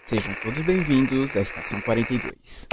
Sejam todos bem-vindos à Estação 42.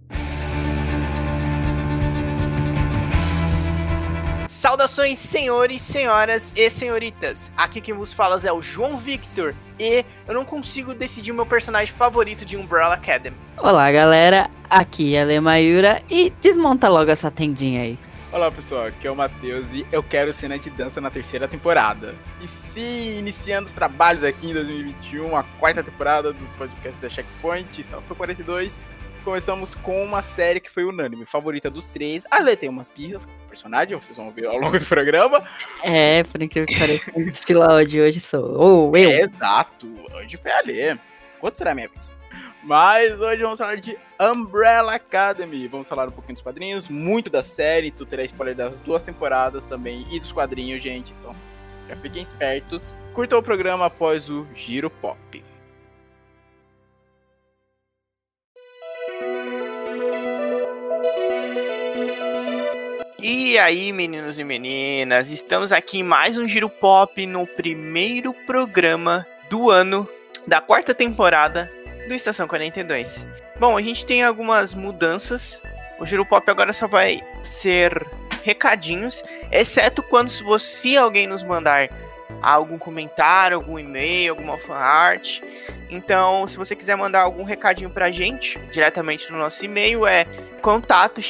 Saudações, senhores, senhoras e senhoritas. Aqui quem vos fala é o João Victor e eu não consigo decidir o meu personagem favorito de Umbrella Academy. Olá, galera. Aqui é a Lê Mayura e desmonta logo essa tendinha aí. Olá pessoal, aqui é o Matheus e eu quero cena de dança na terceira temporada. E sim, iniciando os trabalhos aqui em 2021, a quarta temporada do podcast da Checkpoint, Estação 42. Começamos com uma série que foi unânime, favorita dos três. A Lê tem umas birras com o personagem, vocês vão ver ao longo do programa. É, por incrível que pareça, o estilo de hoje sou eu. Exato, hoje foi a Lê. Quanto será a minha vez? Mas hoje vamos falar de Umbrella Academy. Vamos falar um pouquinho dos quadrinhos, muito da série. Tu terá spoiler das 2 temporadas também e dos quadrinhos, gente. Então, já fiquem espertos. Curtam o programa após o Giro Pop. E aí, meninos e meninas, estamos aqui em mais um Giro Pop no primeiro programa do ano da quarta temporada do Estação 42. Bom, a gente tem algumas mudanças. O Giro Pop agora só vai ser recadinhos, exceto quando se alguém nos mandar algum comentário, algum e-mail, alguma fanart. Então, se você quiser mandar algum recadinho pra gente, diretamente no nosso e-mail, é contato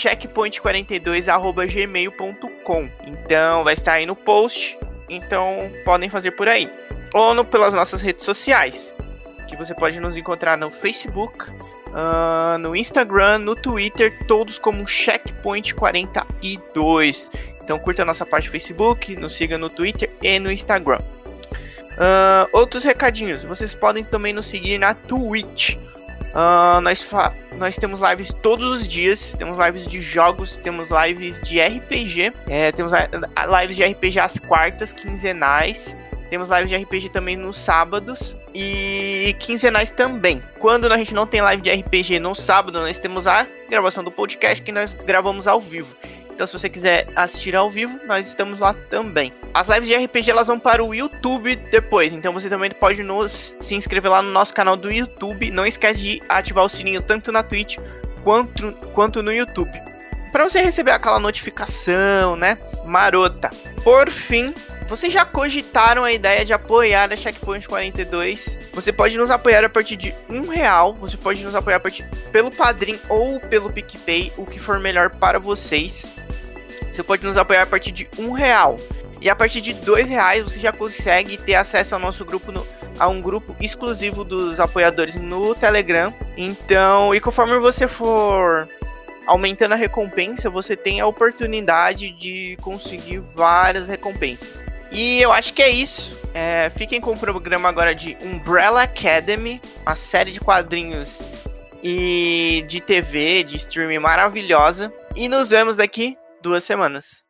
checkpoint42@gmail.com. Então, vai estar aí no post. Então, podem fazer por aí. Ou pelas nossas redes sociais, que você pode nos encontrar no Facebook, no Instagram, no Twitter, todos como Checkpoint42. Então curta a nossa página no Facebook, nos siga no Twitter e no Instagram. Outros recadinhos, vocês podem também nos seguir na Twitch. Nós temos lives todos os dias, temos lives de jogos, temos lives de RPG, temos lives de RPG às quartas, quinzenais. Temos lives de RPG também nos sábados e quinzenais também. Quando a gente não tem live de RPG no sábado, nós temos a gravação do podcast que nós gravamos ao vivo. Então, se você quiser assistir ao vivo, nós estamos lá também. As lives de RPG elas vão para o YouTube depois. Então, você também pode se inscrever lá no nosso canal do YouTube. Não esquece de ativar o sininho tanto na Twitch quanto no YouTube, para você receber aquela notificação, né? Marota. Por fim, vocês já cogitaram a ideia de apoiar a Checkpoint 42? Você pode nos apoiar a partir de R$1. Você pode nos apoiar pelo Padrim ou pelo PicPay, o que for melhor para vocês. Você pode nos apoiar a partir de R$1. E a partir de R$2 você já consegue ter acesso ao nosso grupo, a um grupo exclusivo dos apoiadores no Telegram. Então, e conforme você for aumentando a recompensa, você tem a oportunidade de conseguir várias recompensas. E eu acho que é isso. Fiquem com o programa agora de Umbrella Academy, uma série de quadrinhos e de TV, de streaming maravilhosa. E nos vemos daqui 2 semanas.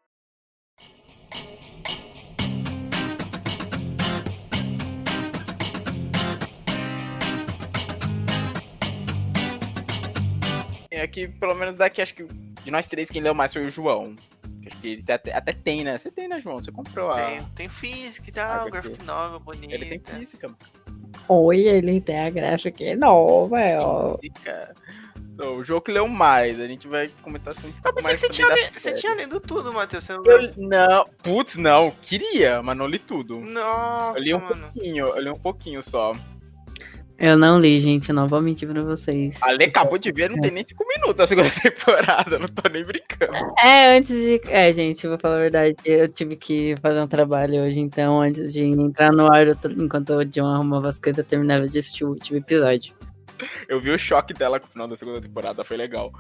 Aqui, pelo menos daqui, acho que de nós três, quem leu mais foi o João. Acho que ele até tem, né? Você tem, né, João? Você comprou a... Tem física e tal, graphic novel bonita. Ele tem física. Oi, ele tem a gráfica nova, ó. Então, o João que leu mais, a gente vai comentar assim. Eu pensei que você tinha lido tudo, Matheus. Não, putz, não. Queria, mas não li tudo. Nossa, eu li um pouquinho só. Eu não li, gente, não vou mentir pra vocês. A Lê acabou de ver, não tem nem 5 minutos a segunda temporada, não tô nem brincando. Gente, eu vou falar a verdade, eu tive que fazer um trabalho hoje, então antes de entrar no ar, enquanto o John arrumava as coisas, eu terminava de assistir o último episódio. Eu vi o choque dela com o final da segunda temporada, foi legal.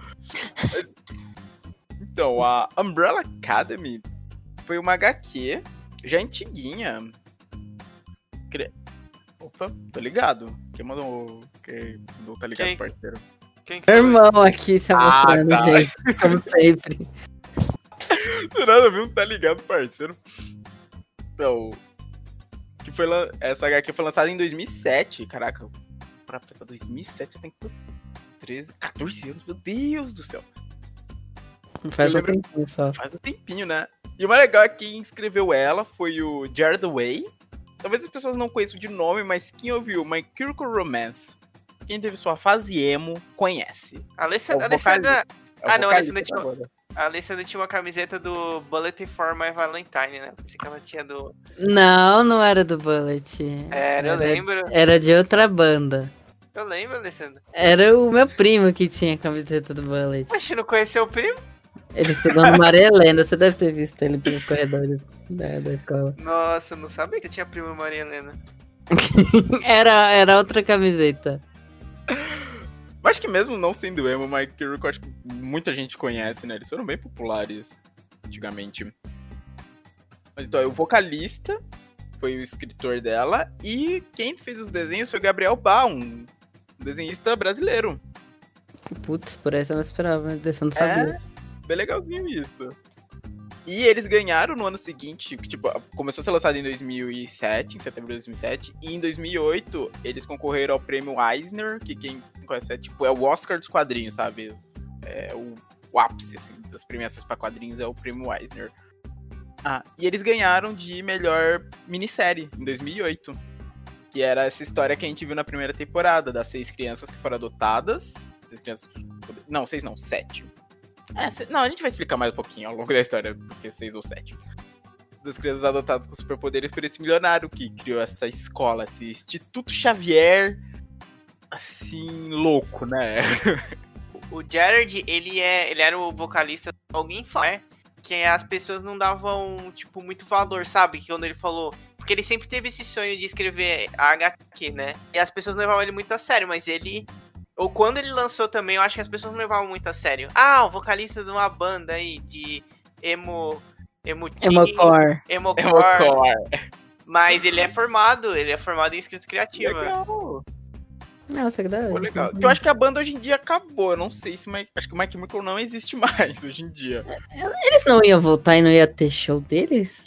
Então, a Umbrella Academy foi uma HQ já antiguinha. Opa, tô ligado. Quem mandou tá ligado, parceiro? Meu irmão aqui se mostrando, tá. gente, como sempre. Do nada eu vi um tá ligado, parceiro. Então, essa HQ foi lançada em 2007. Caraca, pra 2007 eu tenho que ter 14 anos, meu Deus do céu. Faz um tempinho só. Faz um tempinho, né? E o mais legal é que quem escreveu ela foi o Jared Way. Talvez as pessoas não conheçam de nome, mas quem ouviu My Chemical Romance, quem teve sua fase emo conhece. A Alessandra... A Alessandra tinha uma camiseta do Bullet for My Valentine, né? Pensei que ela tinha do... Não era do Bullet. Eu lembro. Era de outra banda. Eu lembro, Alessandra. Era o meu primo que tinha a camiseta do Bullet. Mas você não conheceu o primo? Ele estudou no Maria Helena, você deve ter visto ele pelos corredores da escola. Nossa, eu não sabia que tinha primo Maria Helena. Era outra camiseta. Mas acho que mesmo não sendo emo, My Chemical, acho que muita gente conhece, né? Eles foram bem populares antigamente. Mas então, o vocalista foi o escritor dela e quem fez os desenhos foi Gabriel Bá, um desenhista brasileiro. Putz, por essa eu não esperava, dessa eu não sabia. Bem legalzinho isso. E eles ganharam no ano seguinte, que tipo, começou a ser lançado em 2007, em setembro de 2007, e em 2008 eles concorreram ao prêmio Eisner, que quem conhece é o Oscar dos quadrinhos, sabe? É o ápice, assim, das premiações para quadrinhos é o prêmio Eisner. E eles ganharam de melhor minissérie em 2008, que era essa história que a gente viu na primeira temporada, das 6 crianças que foram adotadas. 6 crianças... Não, 6 não, 7. Não, a gente vai explicar mais um pouquinho ao longo da história, porque 6 ou 7. Das crianças adotadas com superpoderes por esse milionário que criou essa escola, esse Instituto Xavier, assim, louco, né? O Jared, ele era o vocalista de Alguém Fala, né? Que as pessoas não davam, tipo, muito valor, sabe? Que quando ele falou... Porque ele sempre teve esse sonho de escrever a HQ, né? E as pessoas não levavam ele muito a sério, mas ele... Ou quando ele lançou também, eu acho que as pessoas não levavam muito a sério. O vocalista de uma banda aí de Emocore. Mas ele é formado em escrita criativa. Legal. Nossa, que da hora. Legal. Eu acho que a banda hoje em dia acabou. Eu não sei se acho que o My Chemical não existe mais hoje em dia. Eles não iam voltar e não ia ter show deles?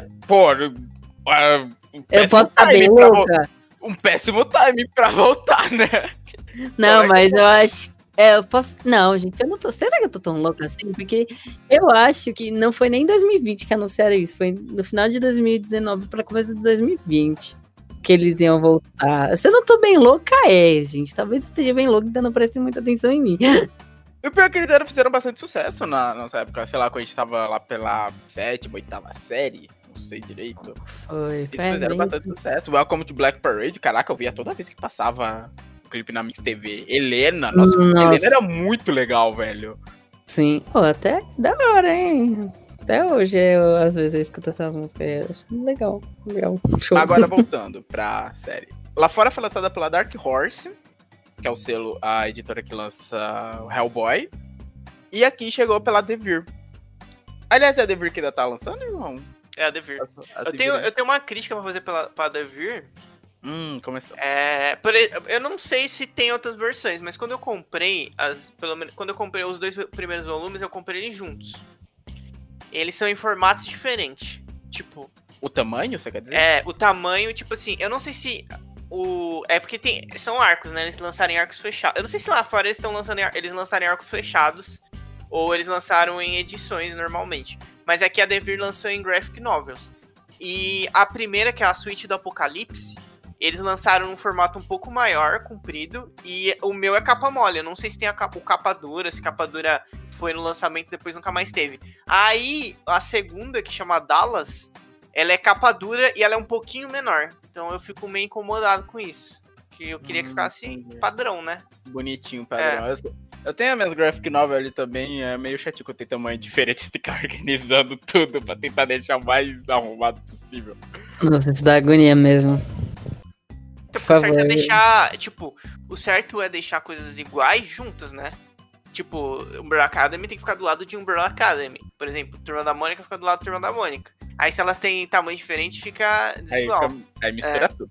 Eu posso estar bem louca. Um péssimo time pra voltar, né? Não, mas eu acho... eu posso... Não, gente, eu não tô... Será que eu tô tão louca assim? Porque eu acho que não foi nem em 2020 que anunciaram isso. Foi no final de 2019 pra começo de 2020 que eles iam voltar. Se eu não tô bem louca, gente. Talvez eu esteja bem louca e não preste muita atenção em mim. E o pior é que eles fizeram bastante sucesso na nossa época. Sei lá, quando a gente tava lá pela 7ª, 8ª série. Não sei direito. Eles fizeram bastante sucesso. Welcome to Black Parade. Caraca, eu via toda vez que passava o clipe na Mix TV. Helena, Helena era muito legal, velho. Sim. Até da hora, hein? Até hoje, às vezes eu escuto essas músicas e eu acho legal. Show. Agora voltando pra série. Lá fora foi lançada pela Dark Horse, que é o selo, a editora que lança o Hellboy. E aqui chegou pela Devir. Aliás, é a Devir que ainda tá lançando, irmão? É a Devir. Eu tenho uma crítica pra fazer pra Devir. Começou. Eu não sei se tem outras versões, mas quando eu comprei quando eu comprei os 2 primeiros volumes, eu comprei eles juntos. Eles são em formatos diferentes. Tipo... O tamanho, você quer dizer? O tamanho, tipo assim, eu não sei se... É porque são arcos, né? Eles lançarem arcos fechados. Eu não sei se lá fora eles lançarem arcos fechados ou eles lançaram em edições normalmente. Mas aqui a Devir lançou em graphic novels. E a primeira, que é a Suíte do Apocalipse, eles lançaram num formato um pouco maior, comprido, e o meu é capa mole. Eu não sei se tem o capa dura, se capa dura foi no lançamento e depois nunca mais teve. Aí, a segunda, que chama Dallas, ela é capa dura e ela é um pouquinho menor. Então eu fico meio incomodado com isso. Que eu queria que ficasse padrão, né? Bonitinho, padrão. Eu tenho as minhas graphic novel ali também, é meio chatinho que eu tenho tamanho diferente de ficar organizando tudo pra tentar deixar o mais arrumado possível. Nossa, isso dá agonia mesmo. Então, o certo é deixar, o certo é deixar coisas iguais juntas, né? Tipo, Umbrella Academy tem que ficar do lado de Umbrella Academy. Por exemplo, Turma da Mônica fica do lado da Turma da Mônica. Aí se elas têm tamanho diferente, fica desigual. Aí mistura tudo.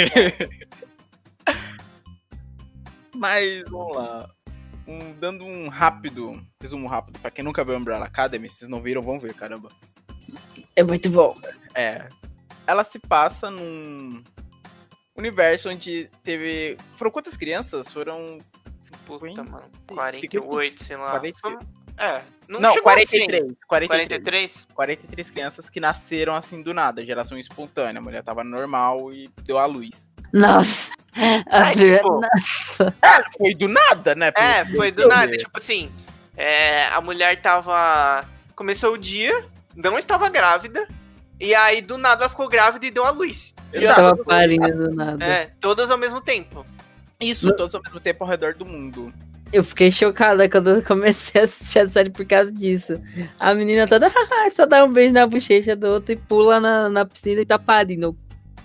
Mas, vamos lá. Dando um resumo rápido. Pra quem nunca viu Umbrella Academy, se vocês não viram, vão ver, caramba. É muito bom. Ela se passa num universo onde teve... Foram quantas crianças? Foram... Puta, mano. 48, sei lá. 40... Não, 43. Assim. 43? 43 crianças que nasceram assim do nada, geração espontânea. A mulher tava normal e deu à luz. Nossa! tipo, Nossa. Foi do nada, né? foi do nada. Tipo assim, a mulher tava... Começou o dia, não estava grávida, e aí do nada ela ficou grávida e deu à luz. Eu tava parindo do nada. Todas ao mesmo tempo. Isso, todos ao mesmo tempo ao redor do mundo. Eu fiquei chocada quando eu comecei a assistir a série por causa disso. A menina toda, só dá um beijo na bochecha do outro e pula na piscina e tá parindo.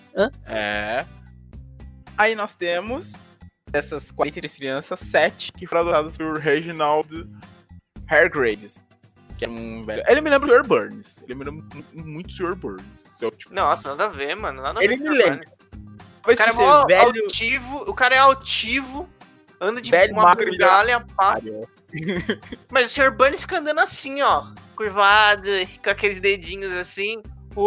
Aí nós temos essas 43 crianças, 7 que foram adotadas por Reginald Hargreaves, que é um velho. Ele me lembra o Sr. Burns. Ele me lembra muito o Sr. Burns. Nossa, nada a ver, mano. Nada a ele ver. Me lembra. O cara é velho... altivo. O cara é altivo. Anda de velho, uma galha, pá. Mas o Sr. Burns fica andando assim, ó. Curvado, com aqueles dedinhos assim.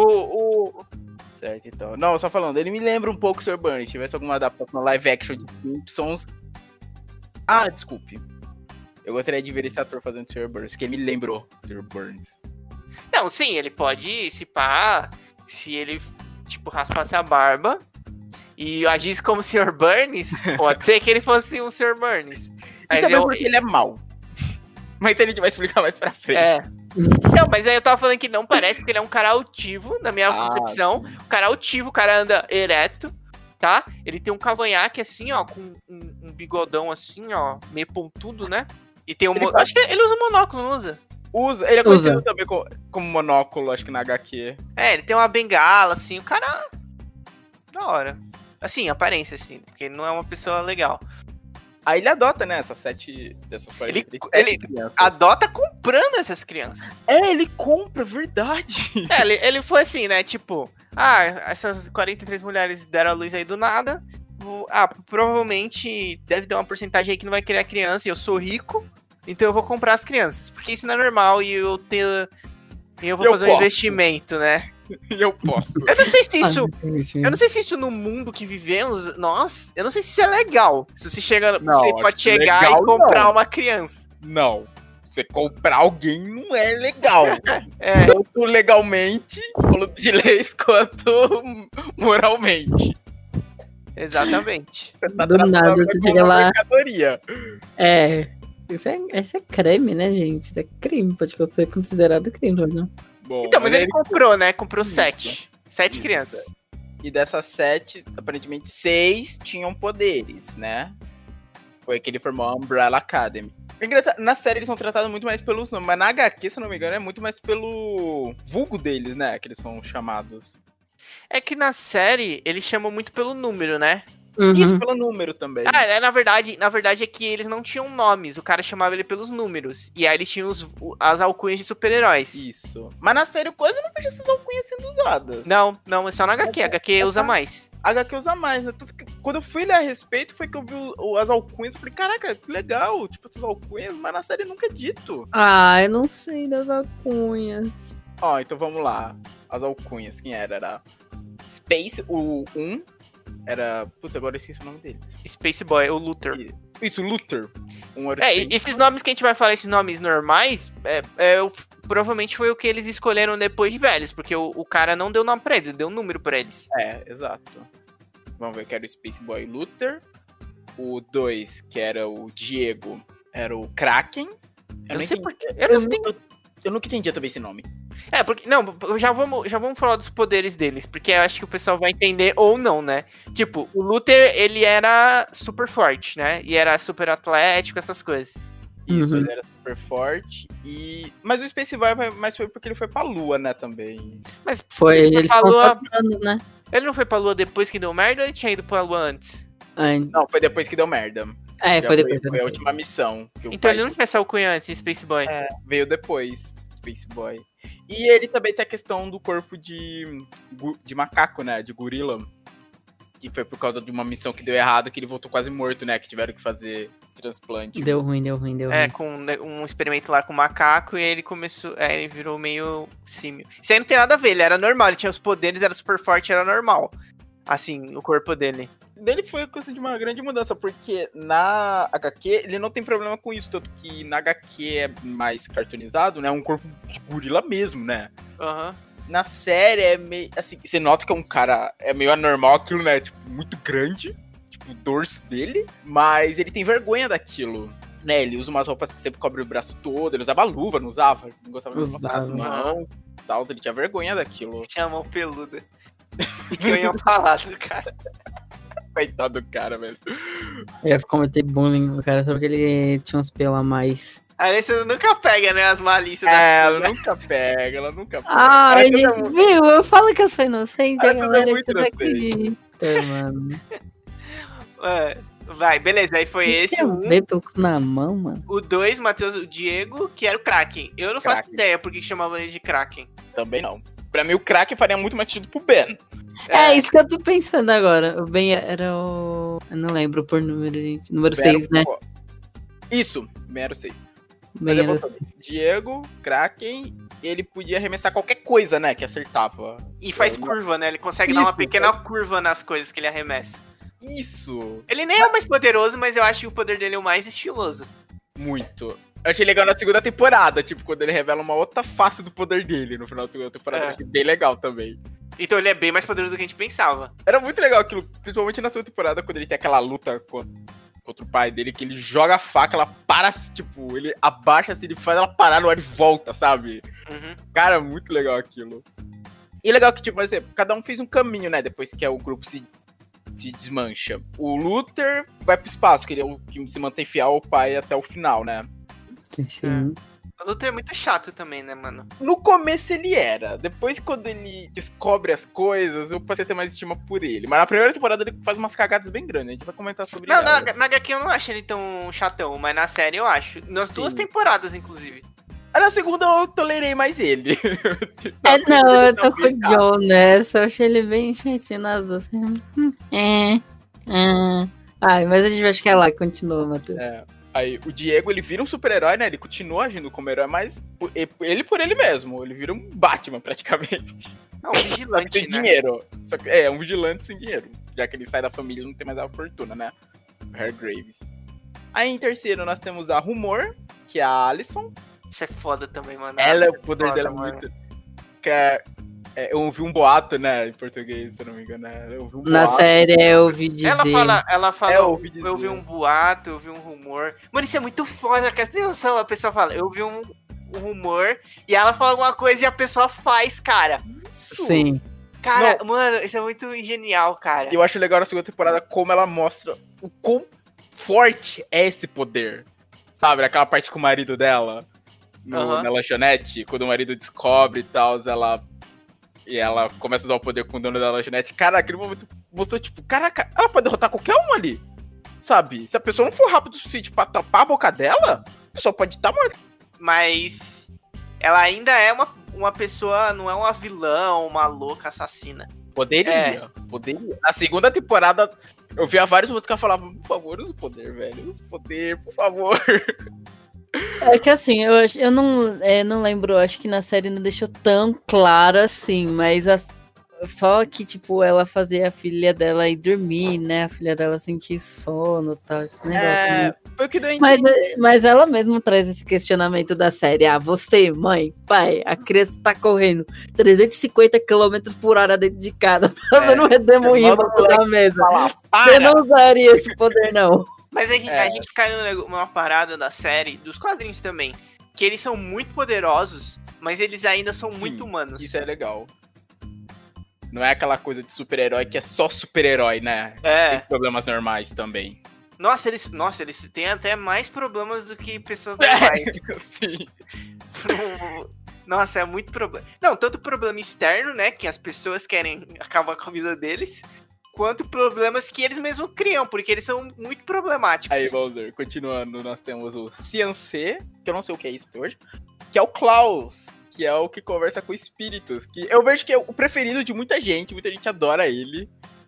Certo, então. Não, só falando, ele me lembra um pouco o Sr. Burns. Se tivesse alguma adaptação live action de Simpsons. Desculpe. Eu gostaria de ver esse ator fazendo o Sr. Burns, que ele me lembrou o Sr. Burns. Não, sim, ele pode, se ele, tipo, raspasse a barba e agisse como o Sr. Burns, pode ser que ele fosse um Sr. Burns. Mas também porque ele é mau. Mas a gente vai explicar mais pra frente. Não, mas aí eu tava falando que não parece, porque ele é um cara altivo, na minha concepção. Um cara altivo, o cara anda ereto, tá? Ele tem um cavanhaque assim, ó, com um bigodão assim, ó, meio pontudo, né? E tem acho que ele usa monóculo, não usa? Usa. Ele é conhecido também como monóculo, acho que na HQ. Ele tem uma bengala, assim, o cara... Da hora. Assim, aparência, assim, porque ele não é uma pessoa legal. Aí ele adota, né, essas 7 dessas 43 ele crianças. Adota comprando essas crianças. Ele compra, verdade. Ele foi assim, né, tipo... essas 43 mulheres deram a luz aí do nada. Provavelmente deve ter uma porcentagem aí que não vai criar criança e eu sou rico, então eu vou comprar as crianças. Porque isso não é normal e eu vou fazer um investimento, né? E eu posso. Eu não sei se isso no mundo que vivemos, eu não sei se isso é legal. Se você pode chegar e comprar uma criança. Não. Você comprar alguém não é legal. Tanto legalmente, de leis, quanto moralmente. Exatamente. Do nada, você chega lá. Mercadoria. Isso é crime, né, gente? Isso é crime, pode ser considerado crime, não? Bom, então, mas ele comprou, né? Comprou 7. 7 crianças. E dessas 7, aparentemente 6 tinham poderes, né? Foi que ele formou a Umbrella Academy. Na série eles são tratados muito mais pelos nomes, mas na HQ, se eu não me engano, é muito mais pelo vulgo deles, né? Que eles são chamados. É que na série eles chamam muito pelo número, né? Isso, pelo número também. Na verdade é que eles não tinham nomes, o cara chamava ele pelos números. E aí eles tinham as alcunhas de super-heróis. Isso. Mas na série quase eu não vejo essas alcunhas sendo usadas. Não, é só na HQ, a HQ usa mais. A HQ usa mais, né? Tanto que quando eu fui ler a respeito, foi que eu vi as alcunhas e falei, caraca, que legal, tipo, essas alcunhas, mas na série nunca é dito. Eu não sei das alcunhas. Então vamos lá. As alcunhas, quem era? Era Space, o 1. Era... Putz, agora eu esqueci o nome dele. Space Boy, o Luther. Isso, Luther. Esses nomes que a gente vai falar, esses nomes normais, provavelmente foi o que eles escolheram depois de velhos, porque o cara não deu nome pra eles, deu um número pra eles. Exato. Vamos ver que era o Space Boy Luther. O 2, que era o Diego, era o Kraken. Eu não sei porquê. Eu nunca entendi também esse nome. Porque... Não, já vamos falar dos poderes deles, porque eu acho que o pessoal vai entender ou não, né? Tipo, o Luther, ele era super forte, né? E era super atlético, essas coisas. Isso, ele era super forte. Mas o Space Boy foi porque ele foi pra Lua, né, também. Mas ele foi Lua, né? Ele não foi pra Lua depois que deu merda ou ele tinha ido pra Lua antes? Não, foi depois que deu merda. Foi depois. Foi a última missão. Então ele não tinha essa alcunha antes de Space Boy. Veio depois, Space Boy. E ele também tem a questão do corpo de macaco, né? De gorila. Que foi por causa de uma missão que deu errado, que ele voltou quase morto, né? Que tiveram que fazer transplante. Deu ruim. Com um experimento lá com o macaco e ele começou... ele virou meio símio. Isso aí não tem nada a ver, ele era normal, ele tinha os poderes, era super forte, era normal. Assim, o corpo dele. Dele foi coisa de uma grande mudança, porque na HQ ele não tem problema com isso, tanto que na HQ é mais cartoonizado, né? Um corpo de gorila mesmo, né? Na série é meio... Assim, você nota que é um cara... É meio anormal aquilo, né? Tipo, muito grande. o dorso dele, mas ele tem vergonha daquilo. Né, ele usa umas roupas que sempre cobrem o braço todo, ele usava luva, não usava? Não gostava de mostrar as mãos, tal, ele tinha vergonha daquilo. Tinha a mão peluda. E que eu ia falar do cara. Coitado do cara, velho. Eu ia cometer bullying no cara só porque ele tinha uns pelos a mais. Aí você nunca pega, né, as malícias das Ela coisas. nunca pega, ela nunca pega. Ai, Ela gente, viu? Eu falo que eu sou inocente, a Ela galera é muito tudo acredita, mano. É, vai, beleza, aí foi esse Eu o 1. ver pelo cu na mão, mano. O 2, Matheus, o Diego, que era o Kraken. Eu não faço Kraken. ideia por que chamavam ele de Kraken. Também não. Pra mim, o Kraken faria muito mais sentido pro Ben. É isso que eu tô pensando agora. O Ben era o... Eu não lembro por número, gente. Número 6, né? Isso, Ben era o 6. Ben era o 6. Diego, Kraken, ele podia arremessar qualquer coisa, né, que acertava. E faz curva, né? Ele consegue dar Isso, uma pequena curva nas coisas que ele arremessa. Isso, Ele nem é o mais poderoso, mas eu acho que o poder dele é o mais estiloso. muito. Eu achei legal na segunda temporada, tipo, quando ele revela uma outra face do poder dele no final da segunda temporada. É. Eu achei bem legal também. Então ele é bem mais poderoso do que a gente pensava. Era muito legal aquilo, principalmente na segunda temporada, quando ele tem aquela luta contra o pai dele, que ele joga a faca, ela para, tipo, ele abaixa assim, ele faz ela parar no ar e volta, sabe? Uhum. Cara, muito legal aquilo. E legal que, tipo, por exemplo, cada um fez um caminho, né, depois que o grupo se desmancha. O Luther vai pro espaço, que ele é o que se mantém fiel ao pai até o final, né? Sim. O Luther é muito chato também, né, mano? No começo ele era. Depois, quando ele descobre as coisas, eu passei a ter mais estima por ele. Mas na primeira temporada ele faz umas cagadas bem grandes. A gente vai comentar sobre Não, ela. na HQ eu não acho ele tão chatão, mas na série eu acho. Nas Sim. 2 temporadas, inclusive. Aí na segunda eu tolerei mais ele. É, não, eu tô Não, com o John nessa. Eu achei ele bem chatinho nas duas. Ai, mas a gente vai ficar lá, continua, Matheus. É. Aí o Diego, ele vira um super-herói, né? Ele continua agindo como herói, mas ele por ele mesmo. Ele vira um Batman, praticamente. Não, um Só que vigilante, sem né? dinheiro. Só que, é um vigilante sem dinheiro. Já que ele sai da família e não tem mais a fortuna, né? O Hargreaves. Aí em terceiro nós temos a Rumor, que é a Alison. Isso é foda também, mano. Ela, Nossa, o poder foda, dela é mano. muito... Que eu ouvi um boato, né? Em português, se eu não me engano. Né? Eu ouvi um Na boato. série eu ouvi dizer. Ela fala, É, eu ouvi dizer. eu vi um boato, eu vi um rumor. Mano, isso é muito foda, cara. Você tem noção? A pessoa fala, eu vi um rumor, e ela fala alguma coisa e a pessoa faz, cara. Isso. Sim. Cara, mano, isso é muito genial, cara. E eu acho legal na segunda temporada como ela mostra o quão forte é esse poder. Sabe? Aquela parte com o marido dela na lanchonete, quando o marido descobre e tal, ela começa a usar o poder com o dono da lanchonete. Cara, aquele momento mostrou, tipo, caraca, ela pode derrotar qualquer um ali. Sabe? Se a pessoa não for rápido o suficiente pra tapar a boca dela, a pessoa pode estar morta. Mas ela ainda é uma pessoa, não é uma vilã, uma louca assassina. Poderia. Na segunda temporada, eu via vários momentos que ela falava, por favor, usa o poder, velho. Usa o poder, por favor. É que assim, eu não lembro, acho que na série não deixou tão claro assim, mas só que, tipo, ela fazia a filha dela ir dormir, né? A filha dela sentir sono e tal, esse negócio, né? Foi o que deu a entender. Mas ela mesma traz esse questionamento da série. Ah, você, mãe, pai, a criança tá correndo 350 km por hora dentro de casa, fazendo um redemoinho da mesa. Você não usaria esse poder, não. Mas a gente caiu numa parada da série, dos quadrinhos também, que eles são muito poderosos, mas eles ainda são muito humanos. Isso é legal. Não é aquela coisa de super-herói que é só super-herói, né? É. Tem problemas normais também. Nossa, eles têm até mais problemas do que pessoas normais. Sim. Nossa, é muito problema. Não, tanto problema externo, né, que as pessoas querem acabar com a vida deles, quanto problemas que eles mesmos criam, porque eles são muito problemáticos. Aí, Walter, continuando, nós temos o Ciancé, que eu não sei o que é isso até hoje, que é o Klaus, que é o que conversa com espíritos, que eu vejo que é o preferido de muita gente adora ele.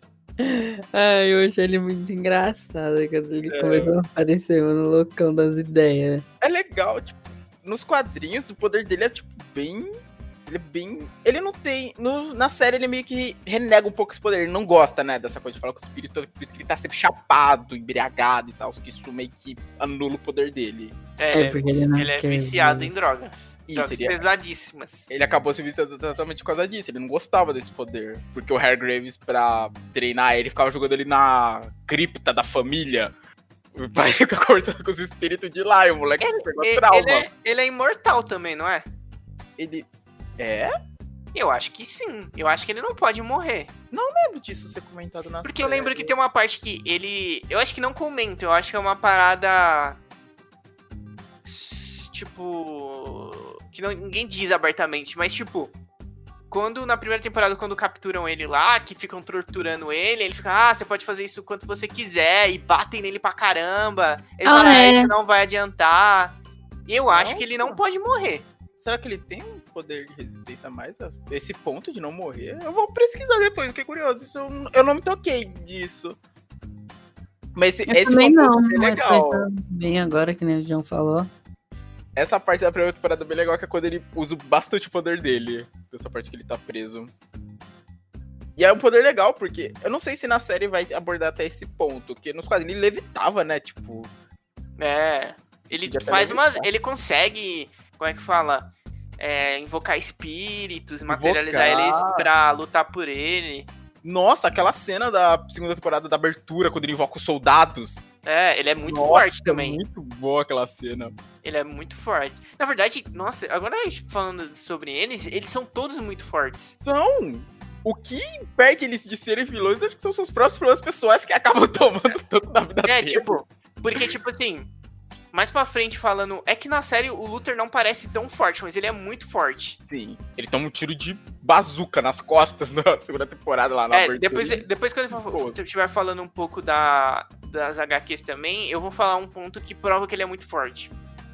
Ai, eu achei ele muito engraçado quando ele começou a aparecer, mano, loucão das ideias. É legal, tipo, nos quadrinhos o poder dele é, tipo, bem Ele é bem... Ele não tem... Na série ele meio que renega um pouco esse poder. Ele não gosta, né, dessa coisa de falar com o espírito. Por isso que ele tá sempre chapado, embriagado e tal. Que isso meio que anula o poder dele. Porque ele é viciado em drogas. Isso, Drogas pesadíssimas. Ele acabou se viciando totalmente por causa disso. Ele não gostava desse poder. Porque o Hargreaves, pra treinar ele, ficava jogando ele na cripta da família. Vai ficar conversando com os espíritos de lá. E o moleque pegou trauma. Ele é imortal também, não é? Ele... É? Eu acho que sim. Eu acho que ele não pode morrer. Não lembro disso ser comentado na série. Porque eu lembro que tem uma parte que ele... Eu acho que não comenta. Eu acho que é uma parada... Tipo... Que ninguém diz abertamente. Mas, tipo... Quando, na primeira temporada, quando capturam ele lá, que ficam torturando ele fica, você pode fazer isso quanto você quiser, e batem nele pra caramba. Ele fala, isso não vai adiantar. E eu acho que ele não pode morrer. Será que ele tem um poder de resistência a mais? Esse ponto de não morrer? Eu vou pesquisar depois, fiquei curioso. Isso eu não me toquei disso. Mas esse também não, é legal. Bem agora, que nem o João falou. Essa parte da primeira temporada é bem legal, que é quando ele usa bastante o poder dele. Essa parte que ele tá preso. E é um poder legal, porque eu não sei se na série vai abordar até esse ponto, porque nos quadrinhos ele levitava, né? Tipo... Ele faz umas... Ele consegue... Como é que fala? Invocar espíritos, materializar eles pra lutar por ele. Nossa, aquela cena da segunda temporada da abertura, quando ele invoca os soldados. Ele é muito forte também. É muito boa aquela cena. Ele é muito forte. Na verdade, nossa, agora a gente falando sobre eles são todos muito fortes. São! O que impede eles de serem vilões acho que são seus próprios problemas pessoais que acabam tomando tanto da vida dele. Porque, tipo assim... Mais pra frente falando... É que na série o Luthor não parece tão forte, mas ele é muito forte. Sim. Ele toma um tiro de bazuca nas costas na segunda temporada lá na abertura. Depois quando eu estiver falando um pouco das HQs também, eu vou falar um ponto que prova que ele é muito forte.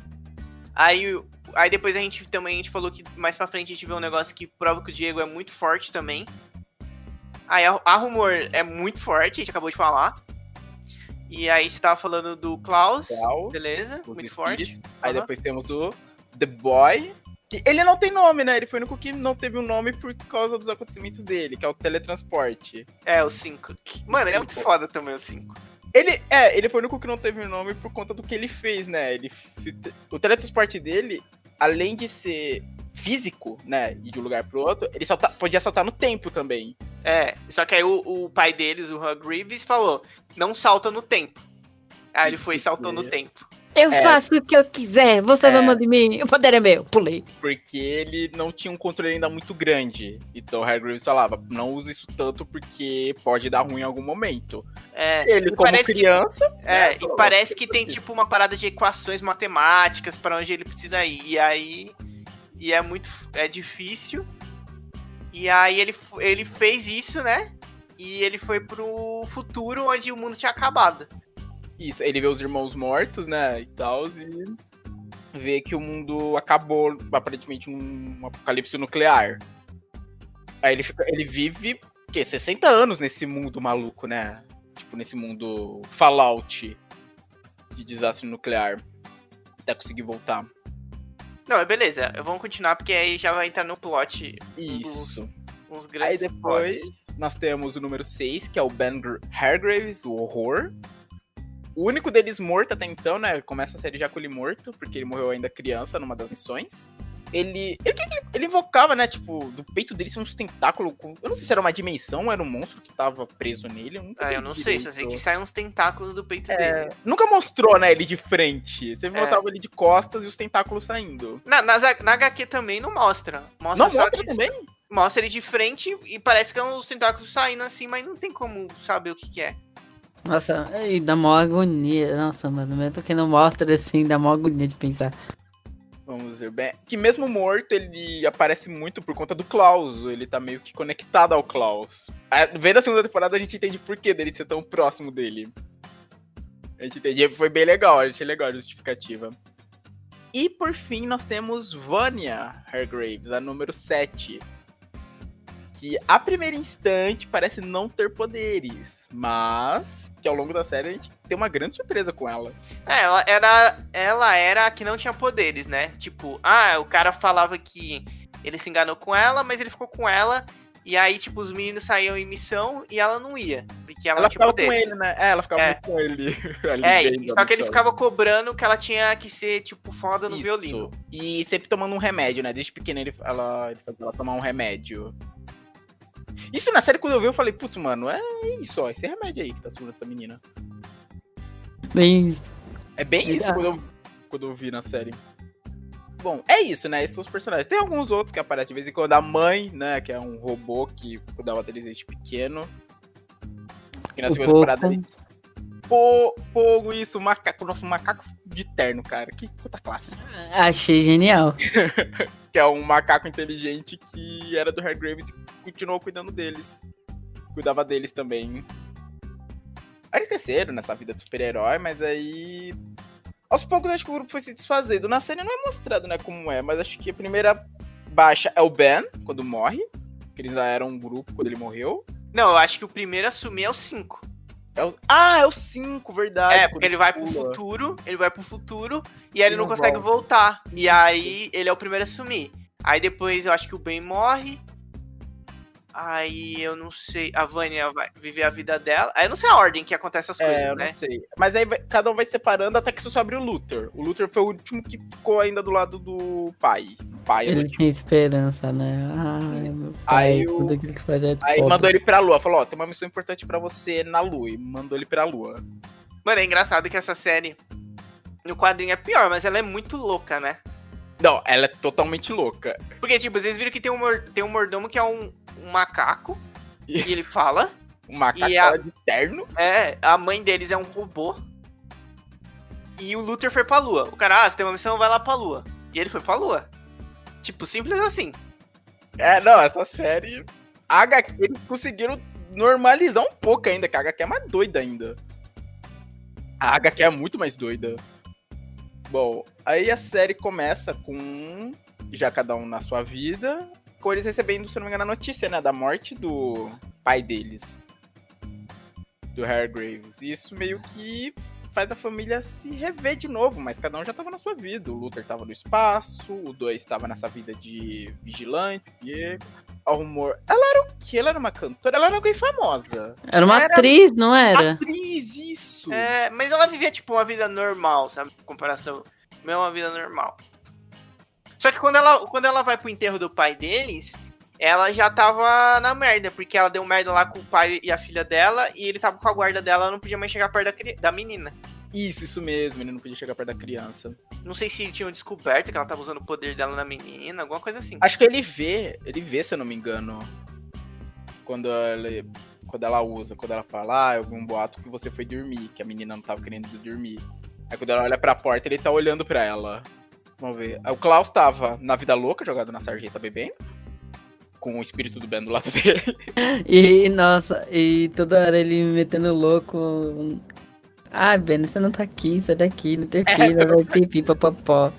Aí depois a gente falou que mais pra frente a gente vê um negócio que prova que o Diego é muito forte também. Aí a Rumor é muito forte, a gente acabou de falar. E aí você tava falando do Klaus, beleza, muito forte. Aí depois temos o The Boy, que ele não tem nome, né? Ele foi o único que não teve um nome por causa dos acontecimentos dele, que é o teletransporte. O 5. Mano, ele é muito foda também, o 5. Ele foi o único que não teve um nome por conta do que ele fez, né? O teletransporte dele, além de ser físico, né, ir de um lugar pro outro, ele podia saltar no tempo também. Só que aí o pai deles, o Hargreaves, falou, não salta no tempo. Aí ele foi e saltou no tempo. Eu faço o que eu quiser, você vai mandar de mim, o poder é meu, pulei. Porque ele não tinha um controle ainda muito grande. Então o Hargreaves falava, não usa isso tanto porque pode dar ruim em algum momento. Ele como criança... e parece que tem tipo uma parada de equações matemáticas pra onde ele precisa ir. E aí... é difícil. E aí ele fez isso, né? E ele foi pro futuro onde o mundo tinha acabado. Isso, ele vê os irmãos mortos, né, e tal, e vê que o mundo acabou, aparentemente, um apocalipse nuclear. Aí ele vive, 60 anos nesse mundo maluco, né? Tipo, nesse mundo Fallout de desastre nuclear. Até conseguir voltar. Não, beleza, vamos continuar, porque aí já vai entrar no plot. Isso. Uns grandes aí depois nós temos o número 6, que é o Ben Hargreaves, o Horror. O único deles morto até então, né? Começa a série já com ele morto, porque ele morreu ainda criança numa das missões. Ele invocava, né? Tipo, do peito dele são uns tentáculos. Eu não sei se era uma dimensão ou era um monstro que tava preso nele. Eu não sei, só sei que saem uns tentáculos do peito dele. Nunca mostrou, né? Ele de frente. Sempre mostrava ele de costas e os tentáculos saindo. Na HQ também não mostra. Mostra também? Mostra ele de frente e parece que é uns tentáculos saindo assim, mas não tem como saber o que é. Nossa, e dá mó agonia. Nossa, mano, mesmo que não mostra assim, dá mó agonia de pensar. Vamos ver bem. Que mesmo morto, ele aparece muito por conta do Klaus. Ele tá meio que conectado ao Klaus. Vendo a segunda temporada, a gente entende por que dele ser tão próximo dele. A gente entende. Foi bem legal, a gente é legal a justificativa. E por fim, nós temos Vanya Hargreaves, a número 7. Que a primeiro instante parece não ter poderes, mas que ao longo da série a gente tem uma grande surpresa com ela. Ela era a que não tinha poderes, né? Tipo, o cara falava que Ele se enganou com ela, mas ele ficou com ela. E aí, tipo, os meninos saíam em missão e ela não ia. Porque ela não tinha ficava poderes. com ele, né? Ela ficava muito com ele. Só que ele ficava cobrando que ela tinha que ser, tipo, foda no violino. E sempre tomando um remédio, né? Desde pequena ele fazia ela tomar um remédio. Isso na série, quando eu vi, eu falei, putz, mano, é isso, ó. Esse remédio aí que tá segurando essa menina. Bem isso. É bem isso quando eu vi na série. Bom, é isso, né? Esses são os personagens. Tem alguns outros que aparecem de vez em quando. A mãe, né? Que é um robô que cuidava deles desde pequeno. Que na segunda temporada ali. Fogo, isso, macaco. Nossa, um macaco de terno, cara. Que puta classe. Achei genial. Que é um macaco inteligente que era do Hargreaves e continuou cuidando deles. Cuidava deles também. Aí eles cresceram nessa vida de super-herói, mas aí... Aos poucos, acho que o grupo foi se desfazendo. Na série não é mostrado, né, como é, mas acho que a primeira baixa é o Ben, quando morre. Porque eles já eram um grupo quando ele morreu. Não, eu acho que o primeiro a assumir é o 5. É o 5, verdade. É, porque ele vai pro futuro, e aí ele não consegue voltar. E aí ele é o primeiro a assumir. Aí depois eu acho que o Ben morre. Aí eu não sei, a Vanya vai viver a vida dela. Aí eu não sei a ordem que acontece as coisas, né? Eu não sei. Mas aí cada um vai separando até que só abre o Luthor. O Luthor foi o último que ficou ainda do lado do pai. Ele tinha esperança, né? Meu pai, aí tudo aquilo que faz é aí top. mandou ele pra Lua. Falou, ó, tem uma missão importante pra você na Lua. E mandou ele pra Lua. Mano, é engraçado que essa série, no quadrinho é pior, mas ela é muito louca, né? Não, ela é totalmente louca. Porque, tipo, vocês viram que tem um mordomo que é um macaco, e ele fala. Um macaco fala de terno. A mãe deles é um robô. E o Luthor foi pra Lua. O cara, você tem uma missão, vai lá pra Lua. E ele foi pra Lua. Tipo, simples assim. Essa série... A HQ, eles conseguiram normalizar um pouco ainda, que a HQ é mais doida ainda. A HQ é muito mais doida. Bom, aí a série começa com... Já cada um na sua vida... Com eles recebendo, se não me engano, a notícia, né? Da morte do pai deles. Do Hargreaves. E isso meio que faz a família se rever de novo, mas cada um já tava na sua vida. O Luthor tava no espaço, o 2 tava nessa vida de vigilante, e o rumor... Ela era o quê? Ela era uma cantora? Ela era alguém famosa. Era uma atriz, não era? Atriz, isso! Mas ela vivia, tipo, uma vida normal, sabe? Em comparação, não é uma vida normal. Só que quando ela vai pro enterro do pai deles, ela já tava na merda, porque ela deu merda lá com o pai e a filha dela, e ele tava com a guarda dela, ela não podia mais chegar perto da menina. Isso mesmo, ele não podia chegar perto da criança. Não sei se tinham descoberto que ela tava usando o poder dela na menina, alguma coisa assim. Acho que ele vê, se eu não me engano, quando ela usa, quando ela fala, eu vi um boato que você foi dormir, que a menina não tava querendo dormir. Aí quando ela olha pra porta, ele tá olhando pra ela. Vamos ver. O Klaus tava na vida louca, jogado na sarjeta bebendo. Com o espírito do Ben do lado dele. E toda hora ele me metendo louco. Ben, você não tá aqui, sai daqui, não interfira, vai pipi, papapó.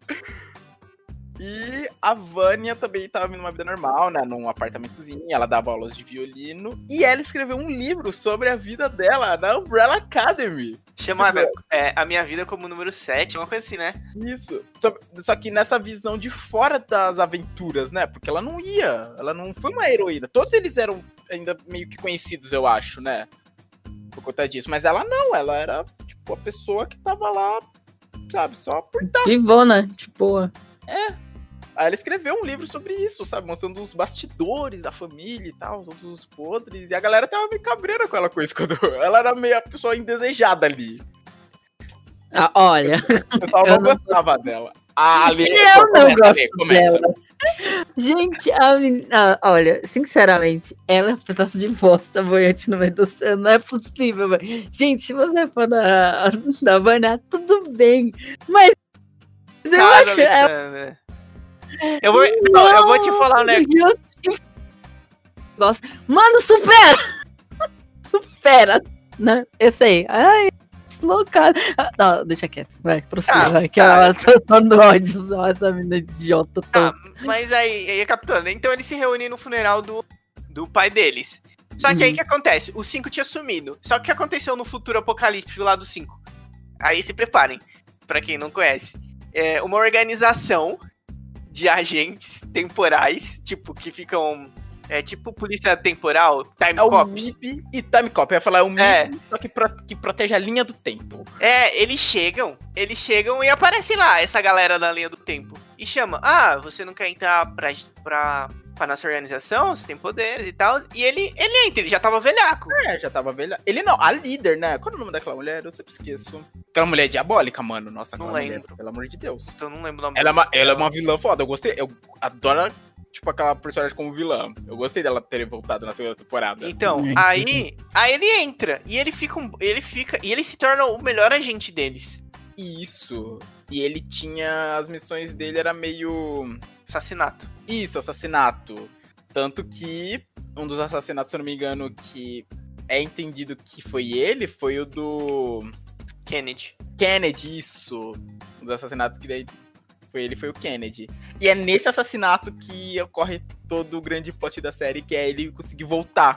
E a Vanya também tava vivendo uma vida normal, né? Num apartamentozinho, ela dava aulas de violino. E ela escreveu um livro sobre a vida dela na Umbrella Academy. Chamada A Minha Vida como Número 7, uma coisa assim, né? Isso. Só que nessa visão de fora das aventuras, né? Porque ela não foi uma heroína. Todos eles eram ainda meio que conhecidos, eu acho, né? Por conta disso. Mas ela não, ela era, tipo, a pessoa que tava lá, sabe, só por estar. Vivona, tipo. Aí ela escreveu um livro sobre isso, sabe? Mostrando os bastidores da família e tal, os podres. E a galera tava meio cabreira com ela com isso. Quando ela era meio a pessoa indesejada ali. Olha. O pessoal não gostava dela. Eu não gosto dela. Gente, a menina, olha, sinceramente, ela é um pedaço de bosta boiante no meio do oceano. Não é possível, velho. Gente, se você é fã da Vanya, tudo bem. Mas eu acho... Eu vou te falar um negócio. Mano, supera, né? Esse aí. Ai, deslocado. Não, deixa quieto. Vai, prossiga, vai. Que ela tá no ódio, essa menina idiota. Mas aí, recapitulando. Então eles se reúnem no funeral do pai deles. Só que aí o que acontece? O 5 tinha sumido. Só que o que aconteceu no futuro apocalíptico lá do 5? Aí se preparem, pra quem não conhece. Uma organização de agentes temporais, tipo, que ficam... É tipo polícia temporal, Time o Cop. MIB e Time Cop. Eu ia falar, é o MIB, só que protege a linha do tempo. Eles chegam e aparece lá essa galera da linha do tempo. E chama, você não quer entrar pra nossa organização? Você tem poderes e tal. E ele entra, ele já tava velhaco. Já tava velhaco. Ele não, a líder, né? Qual é o nome daquela mulher? Eu sempre esqueço. Aquela mulher diabólica, mano. Nossa, não aquela lembro. mulher, pelo amor de Deus. Então não lembro o nome dela. Ela é uma vilã foda, eu gostei. Eu adoro... Tipo, aquela personagem como vilã. Eu gostei dela ter voltado na segunda temporada. Então, aí ele entra. E ele se torna o melhor agente deles. Isso. E ele tinha... As missões dele era meio... Assassinato. Isso, assassinato. Tanto que um dos assassinatos, se eu não me engano, que é entendido que foi ele, foi o do... Kennedy, isso. Um dos assassinatos que daí... Foi o Kennedy. E é nesse assassinato que ocorre todo o grande plot da série, que é ele conseguir voltar.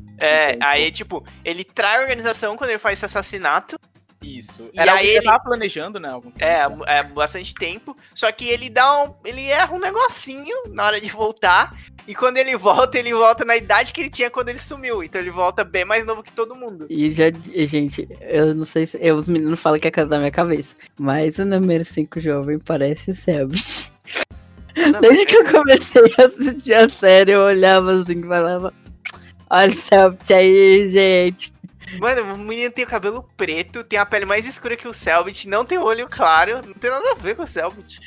Aí, tipo, ele trai a organização quando ele faz esse assassinato. Isso. E aí ele tava planejando, né? Algum tempo. É bastante tempo. Só que ele erra um negocinho na hora de voltar. E quando ele volta na idade que ele tinha quando ele sumiu. Então ele volta bem mais novo que todo mundo. E gente, eu não sei se... Os meninos falam que é coisa da minha cabeça. Mas o número 5 jovem parece o Selbit. Desde que eu comecei a assistir a série, eu olhava assim e falava... Olha o Selbit aí, gente. Mano, o menino tem o cabelo preto, tem a pele mais escura que o Selbit, não tem olho claro, não tem nada a ver com o Selbit.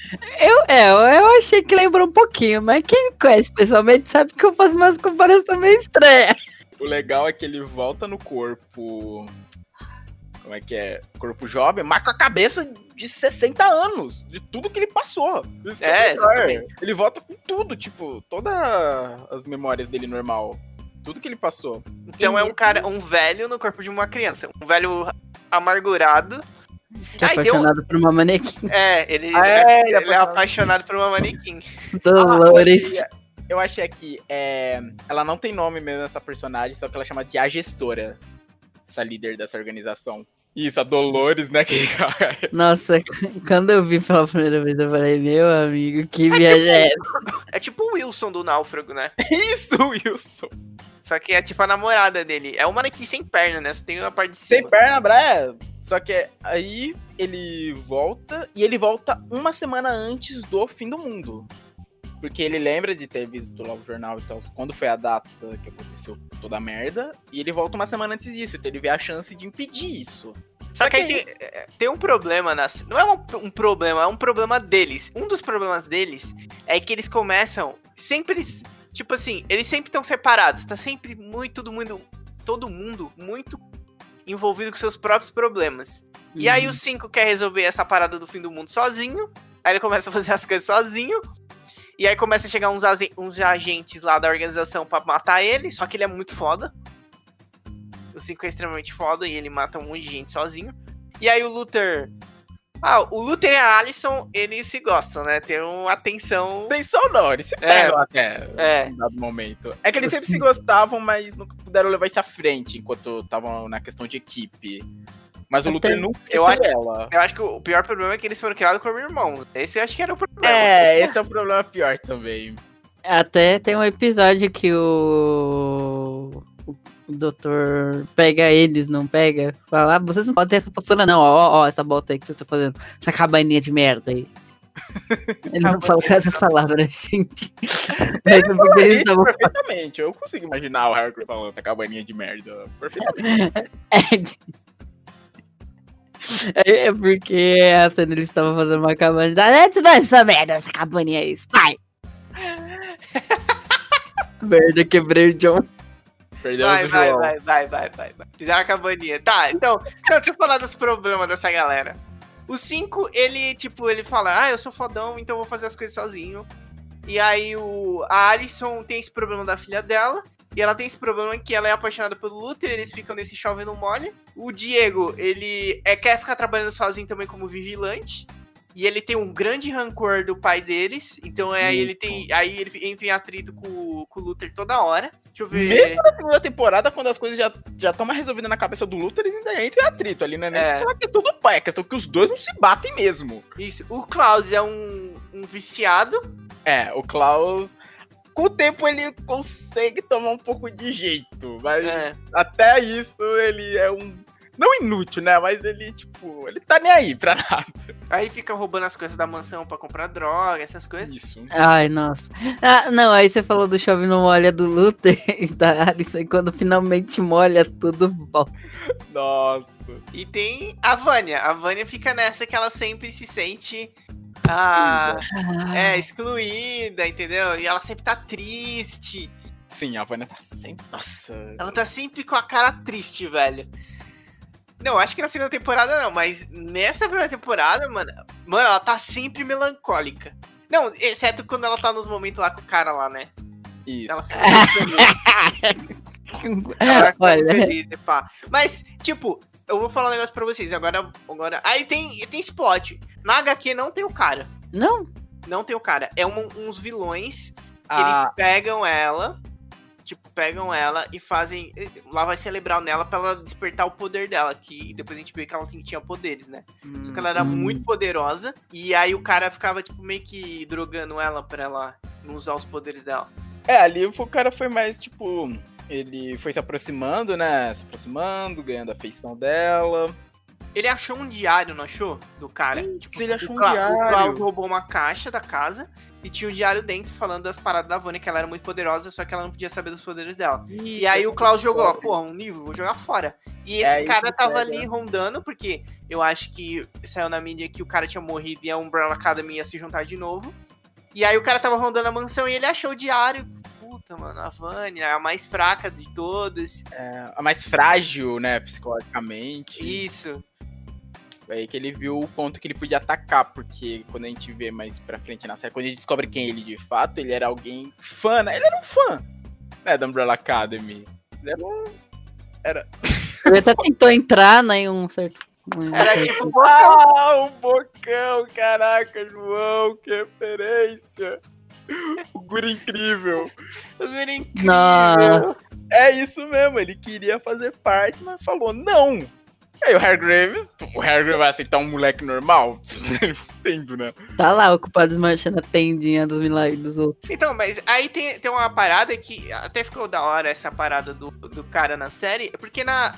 Eu achei que lembrou um pouquinho, mas quem me conhece pessoalmente sabe que eu faço umas comparações meio estranhas. O legal é que ele volta no corpo... Como é que é? Corpo jovem, mas com a cabeça de 60 anos, de tudo que ele passou. Exatamente. Ele volta com tudo, tipo, todas as memórias dele normal. Tudo que ele passou. Então é um velho no corpo de uma criança. Um velho amargurado. Que é apaixonado por uma manequim. Ele é apaixonado por uma manequim. Dolores. Eu achei aqui, ela não tem nome mesmo, essa personagem, só que ela chama de A Gestora. Essa líder dessa organização. Isso, a Dolores, né? Nossa, quando eu vi pela primeira vez, eu falei, meu amigo, que viagem é essa? É tipo o Wilson do Náufrago, né? Isso, Wilson. Só que é tipo a namorada dele. É um manequim sem perna, né? Só tem uma parte de cima. Sem perna, Bré. Só que aí ele volta, e ele volta uma semana antes do fim do mundo. Porque ele lembra de ter visto lá o jornal e tal, quando foi a data que aconteceu toda a merda, e ele volta uma semana antes disso, então ele vê a chance de impedir isso. Só que aí tem um problema, não é um problema, é um problema deles. Um dos problemas deles é que eles começam sempre, tipo assim, eles sempre estão separados, tá sempre todo mundo muito envolvido com seus próprios problemas. E aí o 5 quer resolver essa parada do fim do mundo sozinho, aí ele começa a fazer as coisas sozinho, e aí começa a chegar uns agentes lá da organização pra matar ele, só que ele é muito foda. O 5 é extremamente foda e ele mata um monte de gente sozinho. E aí o Luther... o Luther e a Allison, eles se gostam, né? Tem uma tensão... Tensão não, eles se pegam até em dado momento. É que eles sempre se gostavam, mas nunca puderam levar isso à frente, enquanto estavam na questão de equipe. Mas o Luther nunca esqueceu dela. Eu acho que o pior problema é que eles foram criados como irmãos. Esse eu acho que era o problema. Esse é o problema pior também. Até tem um episódio que o doutor pega eles, não pega? Fala, vocês não podem ter essa postura não, ó, essa bosta aí que vocês estão fazendo, essa cabaninha de merda aí. Ele não fala com essas palavras, gente. Mas porque eles estavam... Perfeitamente, eu consigo imaginar o Harry falando essa cabaninha de merda. Perfeitamente. É porque a cena eles estavam fazendo uma cabana. Antes dessa merda, essa cabaninha aí, sai! Merda, quebrei o John. Vai. Fizeram a cabaninha. Tá, então deixa eu falar dos problemas dessa galera. O 5, ele fala, eu sou fodão, então vou fazer as coisas sozinho. E aí a Allison tem esse problema da filha dela. E ela tem esse problema que ela é apaixonada pelo Luther, eles ficam nesse chove não molha. O Diego, ele quer ficar trabalhando sozinho também como vigilante. E ele tem um grande rancor do pai deles. Então ele entra em atrito com o Luther toda hora. Deixa eu ver. Mesmo na segunda temporada, quando as coisas já estão mais resolvidas na cabeça do Luther, eles ainda entram em atrito ali, né? É a questão do pai, é a questão que os dois não se batem mesmo. Isso. O Klaus é um viciado. O Klaus, com o tempo ele consegue tomar um pouco de jeito, mas até isso ele é não inútil, né? Mas ele, tipo, ele tá nem aí pra nada. Aí fica roubando as coisas da mansão pra comprar droga, essas coisas. Isso. Ai, nossa. Não, aí você falou do chove não molha do Luther e da Alice, e quando finalmente molha, tudo volta. Nossa. E tem a Vânia. A Vânia fica nessa que ela sempre se sente excluída, entendeu? E ela sempre tá triste. Sim, a Vânia tá sempre... Nossa. Ela tá sempre com a cara triste, velho. Não, acho que na segunda temporada não, mas nessa primeira temporada, mano, ela tá sempre melancólica. Não, exceto quando ela tá nos momentos lá com o cara lá, né? Isso. Ela fica muito feliz. Ela fica muito feliz, pá. Mas, tipo, eu vou falar um negócio pra vocês. Agora aí tem explode. Na HQ não tem o cara. Não? Não tem o cara. É uns vilões que eles pegam ela e fazem lavagem cerebral nela pra ela despertar o poder dela, que depois a gente viu que ela tinha poderes, né? Só que ela era muito poderosa, e aí o cara ficava, tipo, meio que drogando ela pra ela não usar os poderes dela. Ali o cara foi mais, tipo, ele foi se aproximando, né? Se aproximando, ganhando a afeição dela. Ele achou um diário, não achou? Do cara. Tipo, ele achou um diário. O Klaus roubou uma caixa da casa e tinha um diário dentro falando das paradas da Vânia, que ela era muito poderosa, só que ela não podia saber dos poderes dela. E aí o Klaus jogou, um livro, vou jogar fora. E esse cara tava ali rondando, porque eu acho que saiu na mídia que o cara tinha morrido e a Umbrella Academy ia se juntar de novo. E aí o cara tava rondando a mansão e ele achou o diário. Puta, mano, a Vânia, a mais fraca de todos. A mais frágil, né, psicologicamente. Isso. Aí que ele viu o ponto que ele podia atacar, porque quando a gente vê mais pra frente na série, quando a gente descobre quem ele de fato, ele era alguém fã, né? Ele era um fã, né, da Umbrella Academy. Ele era Ele até tentou entrar, né, em um certo... Era tipo um bocão. um bocão, caraca, João, que referência. O Guri incrível. O Guri incrível. Nossa. É isso mesmo, ele queria fazer parte, mas falou não. Aí o Hargreaves vai aceitar um moleque normal? Entendo, né? Tá lá, ocupado desmanchando a tendinha dos milagres dos outros. Então, mas aí tem uma parada que até ficou da hora, essa parada do cara na série, porque na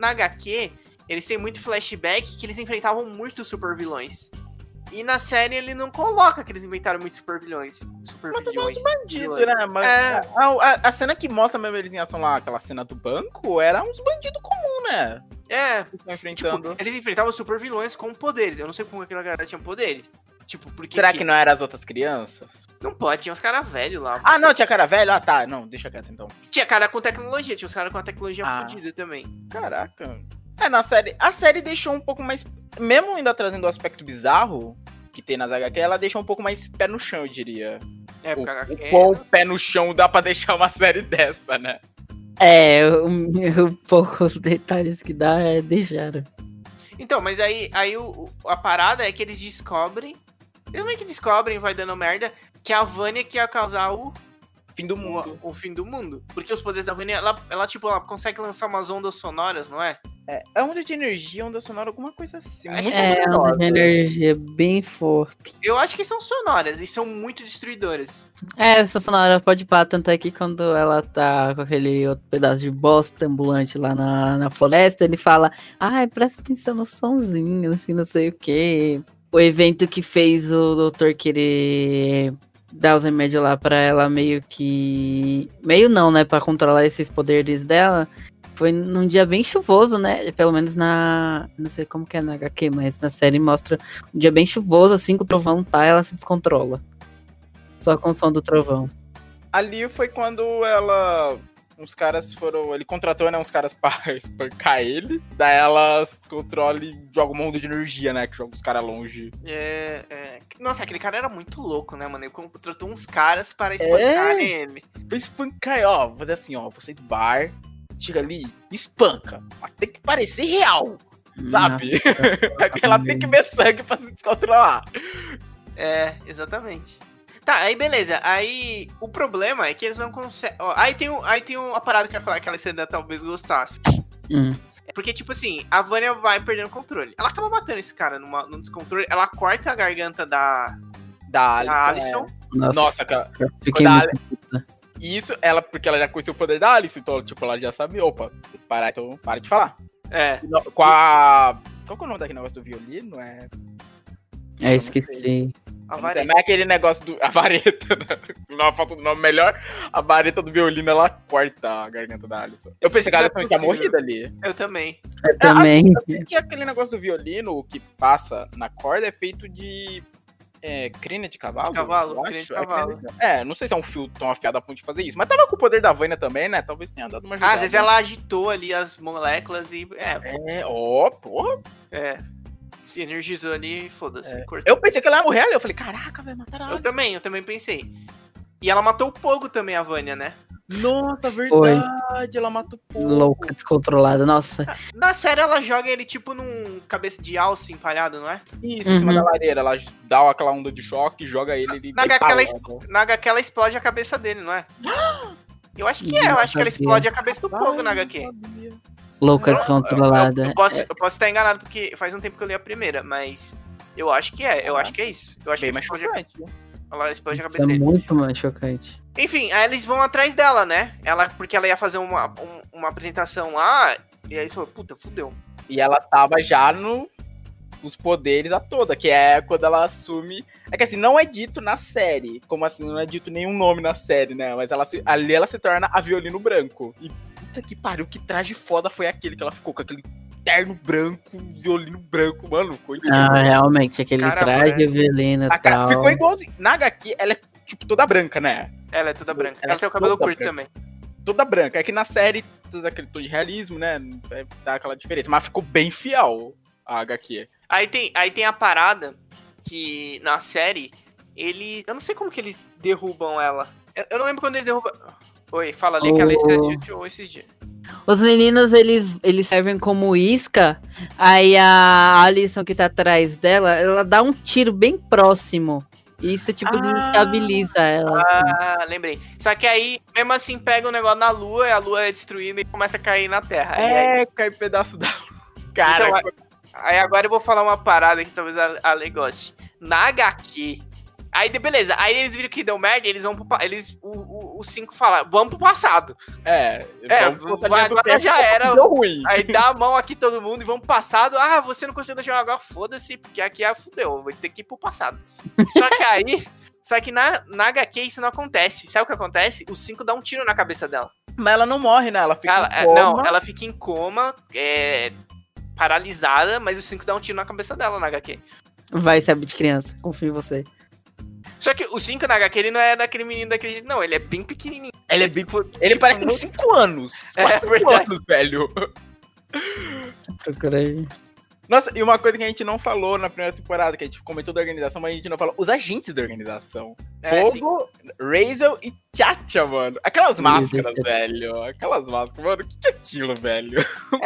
HQ eles têm muito flashback que eles enfrentavam muito super vilões. E na série ele não coloca que eles inventaram muitos super vilões. Mas são uns bandidos, né? Mas a cena que mostra mesmo eles em ação lá, aquela cena do banco, era uns bandidos comuns, né? Enfrentando. Tipo, eles enfrentavam super vilões com poderes. Eu não sei como aquela galera tinha poderes. Tipo, porque será que não eram as outras crianças? Não pode, tinha uns caras velhos lá. Não, tinha cara velho? Tá, não, deixa quieto então. Tinha cara com tecnologia, tinha uns caras com a tecnologia fodida também. Caraca. Na série, a série deixou um pouco mais, mesmo ainda trazendo o aspecto bizarro que tem nas HQ, ela deixou um pouco mais pé no chão, eu diria. Qual pé no chão dá pra deixar uma série dessa, né? Poucos detalhes que dá deixaram. Então, mas aí a parada é que eles descobrem, eles meio que descobrem, vai dando merda, que a Vânia que ia causar o fim do mundo. O fim do mundo. Porque os poderes da Vânia, ela consegue lançar umas ondas sonoras, não é? É onda de energia, onda sonora, alguma coisa assim. Onda de energia bem forte. Eu acho que são sonoras e são muito destruidoras. Essa sonora pode pá, tanto é que quando ela tá com aquele outro pedaço de bosta ambulante lá na floresta, ele fala, presta atenção nos sonzinhos, assim, não sei o quê. O evento que fez o doutor querer dar os remédios lá pra ela meio não, né, pra controlar esses poderes dela, foi num dia bem chuvoso, né, pelo menos não sei como que é na HQ, mas na série mostra um dia bem chuvoso, assim, que o trovão ela se descontrola, só com o som do trovão. Ali foi quando ele contratou, né, uns caras pra espancar ele, daí ela se descontrola e joga um mundo de energia, né, que joga os caras longe. Nossa, aquele cara era muito louco, né, mano, ele contratou uns caras para espancar ele. Pra espancar, vou fazer assim, vou sair do bar, chega ali, espanca, mas tem que parecer real, sabe? Ela tem que ver sangue pra se descontrolar. Exatamente. Tá, aí beleza. Aí o problema é que eles não conseguem. Aí tem uma parada que eu ia falar que a Alessandra talvez gostasse. Porque, tipo assim, a Vânia vai perdendo o controle. Ela acaba matando esse cara num descontrole. Ela corta a garganta da Alison. Nossa, cara. eu fiquei Quando a muito puta. Isso, porque ela já conhecia o poder da Alice, então, tipo, ela já sabe, opa, tem que parar, então para de falar. É. Com a... Qual que é o nome daquele negócio do violino? Esqueci. A Não sei, vareta. mas é aquele negócio do... A vareta, né? Não falta do nome melhor. A vareta do violino, ela corta a garganta da Alice. Eu pensei que a Não é Alice tinha possível. morrido ali. Eu também. Eu também. Que aquele negócio do violino, o que passa na corda, é feito de... crina de cavalo? Cavalo, eu crina de acho. cavalo. Não sei se é um fio tão afiado a ponto de fazer isso. Mas tava com o poder da Vânia também, né? Talvez tenha dado uma ajudada. Às vezes ela agitou ali as moléculas e. Porra. Energizou ali e foda-se. Cortou. Eu pensei que ela ia morrer ali. Eu falei, caraca, vai matar a Eu Alice. também pensei. E ela matou o Pogo também, a Vânia, né? Nossa, Foi. verdade. Ela matou o povo. Louca, descontrolada. Nossa. Na série ela joga ele tipo num cabeça de alce empalhado, não é? Isso, em cima Uhum. da lareira. Ela dá aquela onda de choque, joga ele. Na HQ ela explode a cabeça dele, não é? Eu acho que é, eu acho que ela explode a cabeça do Pogo na HQ. Louca, Eu descontrolada. posso estar enganado, porque faz um tempo que eu li a primeira, mas eu acho que é, eu acho que é isso. Eu acho Bem que mais explode, chocante. ela explode a Isso cabeça é dele. muito mais chocante. Enfim, aí eles vão atrás dela, né? Porque ela ia fazer uma apresentação lá, e aí eles falaram, puta, fudeu. E ela tava já os poderes a toda, que é quando ela assume... É que assim, não é dito na série, como assim, não é dito nenhum nome na série, né? Mas ali ela se torna a Violino Branco. E puta que pariu, que traje foda foi aquele que ela ficou com aquele terno branco, violino branco, mano. Ficou incrível. Ah, realmente, aquele Cara, traje branco. violino e tal. Ficou igualzinho. Na HQ, ela é tipo toda branca, né? Ela é toda branca. Ela Ela tem o cabelo toda curto branca. também. Toda branca. É que na série, todo aquele tom de realismo, né? Dá aquela diferença. Mas ficou bem fiel a HQ. Aí tem a parada que na série, eu não sei como que eles derrubam ela. Eu não lembro quando eles derrubam. Oi, fala ali que a Alice assistiu esses dias. Os meninos, eles servem como isca. Aí a Alison que tá atrás dela, ela dá um tiro bem próximo. E isso, tipo, desestabiliza ela. Assim. Ah, lembrei. Só que aí, mesmo assim, pega o negócio na lua, a lua é destruída e começa a cair na terra. Aí, Cai pedaço da... Cara, então, aí agora eu vou falar uma parada que talvez a Ale goste. Na HQ, aí beleza, aí eles viram que deu merda, eles vão os 5 falam, vamos pro passado. Agora já era. Deu ruim. Aí dá a mão aqui todo mundo e vamos pro passado. Ah, você não conseguiu deixar agora, foda-se, porque aqui fudeu, vai ter que ir pro passado. Só que na HQ isso não acontece. Sabe o que acontece? Os 5 dá um tiro na cabeça dela. Mas ela não morre, né? Ela fica em coma. Não, ela fica em coma, paralisada, mas os 5 dá um tiro na cabeça dela na HQ. Vai, sabe de criança, confio em você. Só que o 5 na HQ, ele não é daquele menino daquele jeito, não. Ele é bem pequenininho. Ele é bem... Ele parece que tem 5 anos. 4 verdade. anos, velho. Procurei. Nossa, e uma coisa que a gente não falou na primeira temporada, que a gente comentou da organização, mas a gente não falou, os agentes da organização. Pogo, Razel e Tchatcha, mano. Aquelas máscaras, velho. Aquelas máscaras, mano. O que é aquilo, velho?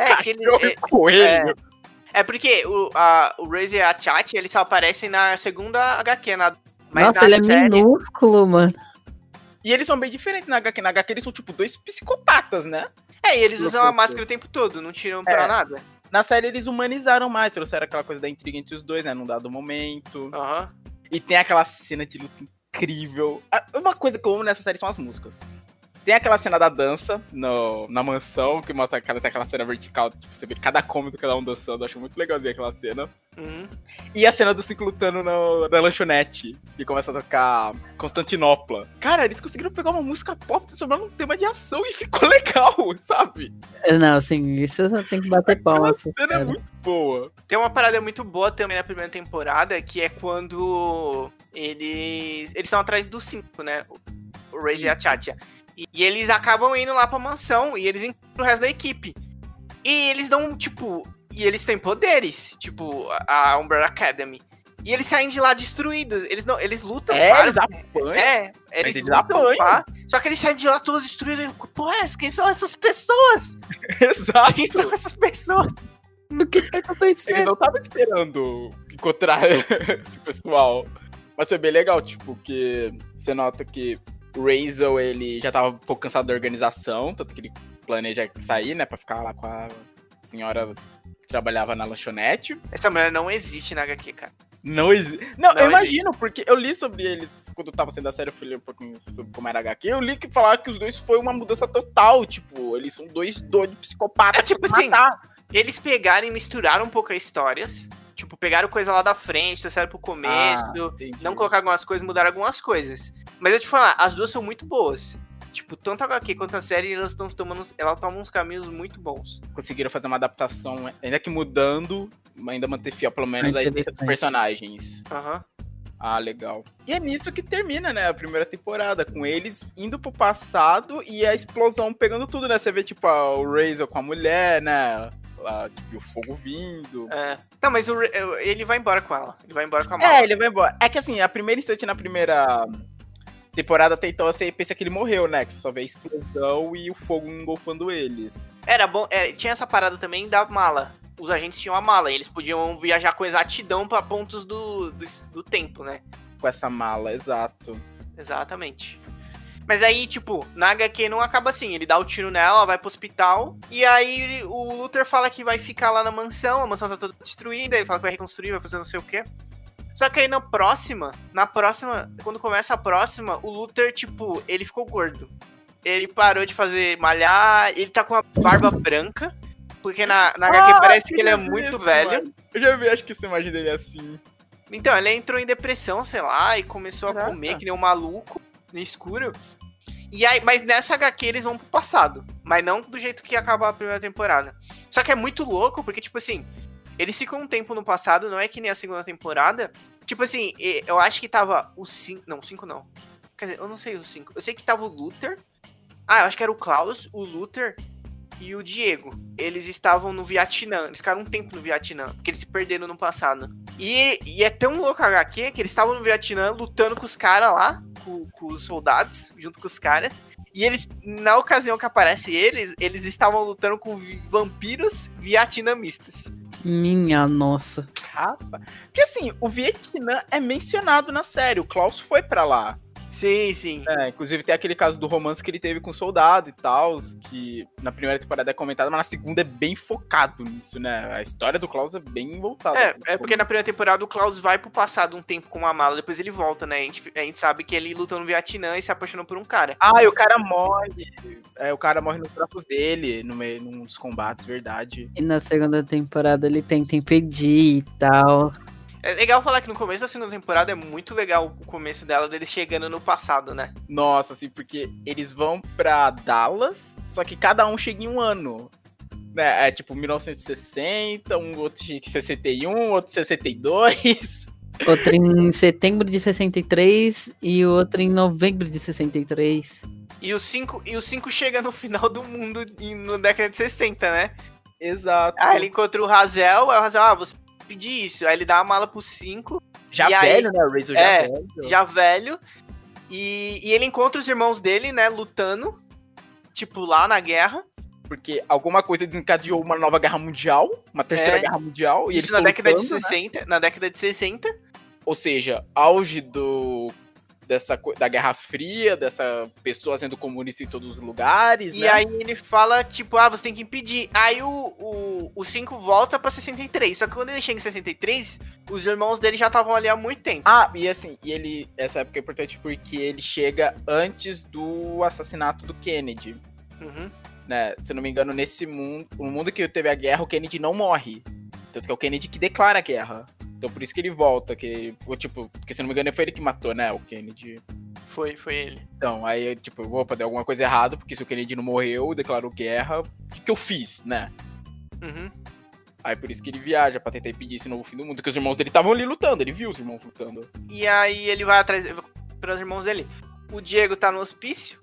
Coelho. Porque o Razer e a Tchatcha, eles só aparecem na segunda HQ, mas nossa, ele é minúsculo, mano. E eles são bem diferentes na HQ. Na HQ eles são, tipo, 2 psicopatas, né? E eles usam a máscara o tempo todo, não tiram pra nada. Na série eles humanizaram mais, trouxeram aquela coisa da intriga entre os dois, né? Num dado momento. E tem aquela cena de luta incrível. Uma coisa que eu amo nessa série são as músicas. Tem aquela cena da dança na mansão, que mostra aquela cena vertical, tipo, você vê cada cômodo cada um dançando. Eu acho muito legal ver aquela cena. E a cena do 5 lutando na lanchonete, que começa a tocar Constantinopla. Cara, eles conseguiram pegar uma música pop transformando num tema de ação e ficou legal, sabe? Não, assim, isso você tem que bater palma. A cena é muito boa. Tem uma parada muito boa também na primeira temporada, que é quando eles estão atrás do 5, né? O Razer e a Tchatcha. E eles acabam indo lá pra mansão e eles encontram o resto da equipe. E eles dão, tipo... E eles têm poderes, tipo a Umbrella Academy. E eles saem de lá destruídos. Eles lutam, eles apanham. Eles lutam, pá. Só que eles saem de lá todos destruídos. Pô, quem são essas pessoas? Exato. Quem são essas pessoas? Do que tá acontecendo? Eles não estavam esperando encontrar esse pessoal. Mas foi bem legal, tipo, que você nota que o Razel, ele já tava um pouco cansado da organização, tanto que ele planeja sair, né, pra ficar lá com a senhora que trabalhava na lanchonete. Essa mulher não existe na HQ, cara. Não existe. Não, eu imagino, porque eu li sobre eles quando eu tava sendo a série, eu fui ler um pouquinho sobre como era HQ. Eu li que falava que os dois foi uma mudança total. Tipo, eles são dois doidos psicopatas. Tipo assim, eles pegaram e misturaram um pouco as histórias. Tipo, pegaram coisa lá da frente, trouxeram pro começo. Não colocaram algumas coisas, mudaram algumas coisas. Mas eu te falar, as duas são muito boas. Tipo, tanto a HQ quanto a série, elas tomam uns caminhos muito bons. Conseguiram fazer uma adaptação, ainda que mudando, ainda manter fiel pelo menos a essência dos personagens. Aham. Ah, legal. E é nisso que termina, né, a primeira temporada, com eles indo pro passado e a explosão pegando tudo, né? Você vê, tipo, o Razor com a mulher, né? Lá, tipo, o fogo vindo. Não, mas ele vai embora com ela. Ele vai embora com a mala. Ele vai embora. É que assim, a primeira instante na primeira temporada até então você pensa que ele morreu, né? Que você só vê a explosão e o fogo engolfando eles. Era bom, tinha essa parada também da mala. Os agentes tinham a mala, e eles podiam viajar com exatidão pra pontos do tempo, né? Com essa mala, exato. Exatamente. Mas aí, tipo, na HQ não acaba assim. Ele dá o tiro nela, ela vai pro hospital. E aí o Luther fala que vai ficar lá na mansão. A mansão tá toda destruída. Ele fala que vai reconstruir, vai fazer não sei o quê. Só que aí na próxima, quando começa a próxima, o Luther, tipo, ele ficou gordo. Ele parou de fazer malhar, ele tá com a barba branca. Porque na HQ parece que ele é muito velho. Mano. Eu já vi, acho que essa imagem dele assim. Então, ele entrou em depressão, sei lá, e começou a comer que nem um maluco no escuro. E aí, mas nessa HQ eles vão pro passado. Mas não do jeito que acaba a primeira temporada. Só que é muito louco, porque, tipo assim, eles ficam um tempo no passado, não é que nem a segunda temporada. Tipo assim, eu acho que tava o 5. Não, o 5 não. Quer dizer, eu não sei o 5. Eu sei que tava o Luther. Eu acho que era o Klaus, o Luther e o Diego. Eles estavam no Vietnã. Eles ficaram um tempo no Vietnã, porque eles se perderam no passado. E é tão louco a HQ que eles estavam no Vietnã lutando com os caras lá, com os soldados, junto com os caras. E eles, na ocasião que aparece eles estavam lutando com vampiros vietnamistas. Minha nossa. Rapaz. Porque assim, o Vietnã é mencionado na série. O Klaus foi pra lá. Sim, sim. Inclusive tem aquele caso do romance que ele teve com o soldado e tal, que na primeira temporada é comentado, mas na segunda é bem focado nisso, né? A história do Klaus é bem voltada. É porque na primeira temporada o Klaus vai pro passado um tempo com uma mala, depois ele volta, né? A gente sabe que ele lutou no Vietnã e se apaixonou por um cara. E o cara morre. O cara morre nos braços dele, num dos combates, verdade. E na segunda temporada ele tenta impedir e tal. É legal falar que no começo da segunda temporada é muito legal o começo dela, deles chegando no passado, né? Nossa, assim, porque eles vão pra Dallas, só que cada um chega em um ano. Né? É tipo 1960, um outro em 61, outro em 62. Outro em setembro de 63 e outro em novembro de 63. E o 5 chega no final do mundo na década de 60, né? Exato. Aí ele encontra o Razel, aí o Razel, você pedir isso. Aí ele dá a mala pro 5. Já velho, né? O Razor já velho. Já velho. E ele encontra os irmãos dele, né? Lutando. Tipo, lá na guerra. Porque alguma coisa desencadeou uma nova guerra mundial. Uma terceira guerra mundial. E isso na década de 60. Né? Na década de 60. Ou seja, auge da Guerra Fria, dessa pessoa sendo comunista em todos os lugares, e aí ele fala, tipo, você tem que impedir. Aí o 5 volta pra 63. Só que quando ele chega em 63, os irmãos dele já estavam ali há muito tempo. E assim, essa época é importante porque ele chega antes do assassinato do Kennedy. Uhum. Né? Se eu não me engano, nesse mundo, no mundo que teve a guerra, o Kennedy não morre. Tanto que é o Kennedy que declara a guerra. Então por isso que ele volta, porque se não me engano foi ele que matou, né, o Kennedy. Foi ele. Então, aí, deu alguma coisa errada, porque se o Kennedy não morreu, declarou guerra, o que eu fiz, né? Uhum. Aí por isso que ele viaja, pra tentar impedir esse novo fim do mundo, porque os irmãos dele estavam ali lutando, ele viu os irmãos lutando. E aí ele vai atrás para os irmãos dele. O Diego tá no hospício.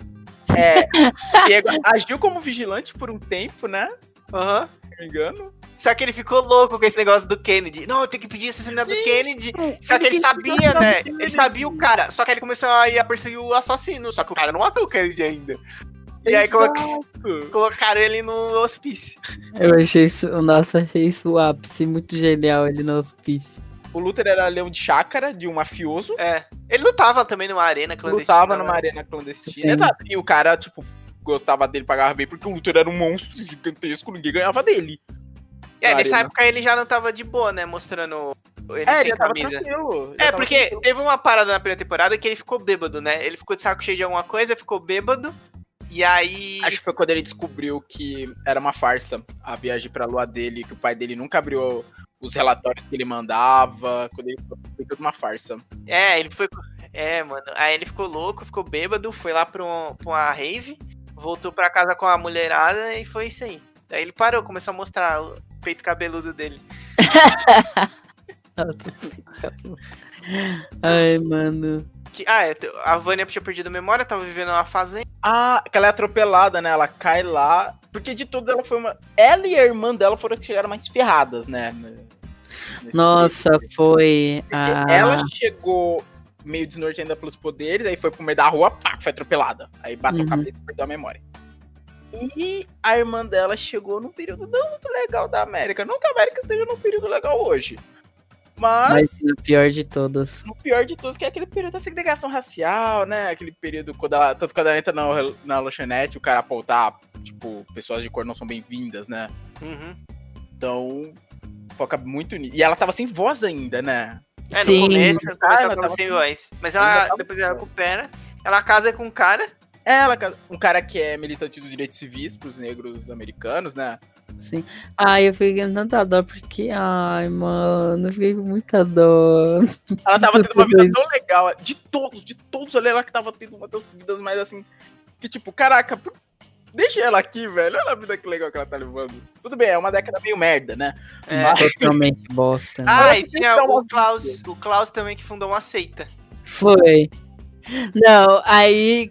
O Diego agiu como vigilante por um tempo, né? Aham. Se não me engano. Só que ele ficou louco com esse negócio do Kennedy. Não, eu tenho que pedir assassinato do Kennedy. Só que ele sabia, né? Ele sabia o cara. Só que ele começou a ir a perseguir o assassino. Só que o cara não matou o Kennedy ainda. E aí colocaram ele no hospício. Eu achei isso o ápice. Muito genial ele no hospício. O Luther era leão de chácara, de um mafioso. Ele lutava também numa arena clandestina. Lutava numa arena clandestina. Exato. E o cara, gostava dele, pagava bem, porque o Luther era um monstro gigantesco, ninguém ganhava dele. Nessa época ele já não tava de boa, né? Mostrando Ele É, sem ele tava camisa. tranquilo. É, porque teve uma parada na primeira temporada que ele ficou bêbado, né? Ele ficou de saco cheio de alguma coisa, ficou bêbado. E aí. Acho que foi quando ele descobriu que era uma farsa a viagem pra lua dele, que o pai dele nunca abriu os relatórios que ele mandava, quando ele foi tudo uma farsa. É, ele foi. É, mano. Aí ele ficou louco, ficou bêbado, foi lá pra uma rave, voltou pra casa com a mulherada e foi isso aí. Aí ele parou, começou a mostrar o peito cabeludo dele. Ai, mano. A Vânia tinha perdido a memória, tava vivendo numa fazenda. Ah, que ela é atropelada, né? Ela cai lá. Porque de todas ela foi uma. Ela e a irmã dela foram as que chegaram mais ferradas, né? Nossa, foi. Ela chegou meio desnorteada pelos poderes, aí foi pro meio da rua, pá, foi atropelada. Aí bateu a cabeça e perdeu a memória. E a irmã dela chegou num período não muito legal da América. Não que a América esteja num período legal hoje. Mas o pior de todos. o pior de todos, que é aquele período da segregação racial, né? Aquele período tanto quando ela entra na lanchonete, o cara apontar, tipo, pessoas de cor não são bem-vindas, né? Uhum. Então, foca muito nisso. E ela tava sem voz ainda, né? É, no Sim. começo ela ela tava tava sem com- voz. Mas Ainda tava depois sem ela voz. recupera. Ela casa com um cara. Um cara que é militante dos direitos civis pros negros americanos, né? Sim. Ai, eu fiquei com tanta dó porque. Ai, mano, eu fiquei com muita dó. Ela tava tendo uma Tudo vida bem. tão legal. De todos ali, ela que tava tendo uma das vidas mais assim. Que tipo, caraca, deixa ela aqui, velho. Olha a vida que legal que ela tá levando. Tudo bem, é uma década meio merda, né? É. Mas- Totalmente bosta. né? Ah, e Mas tinha então, o Klaus também que fundou uma seita. Foi. Não, aí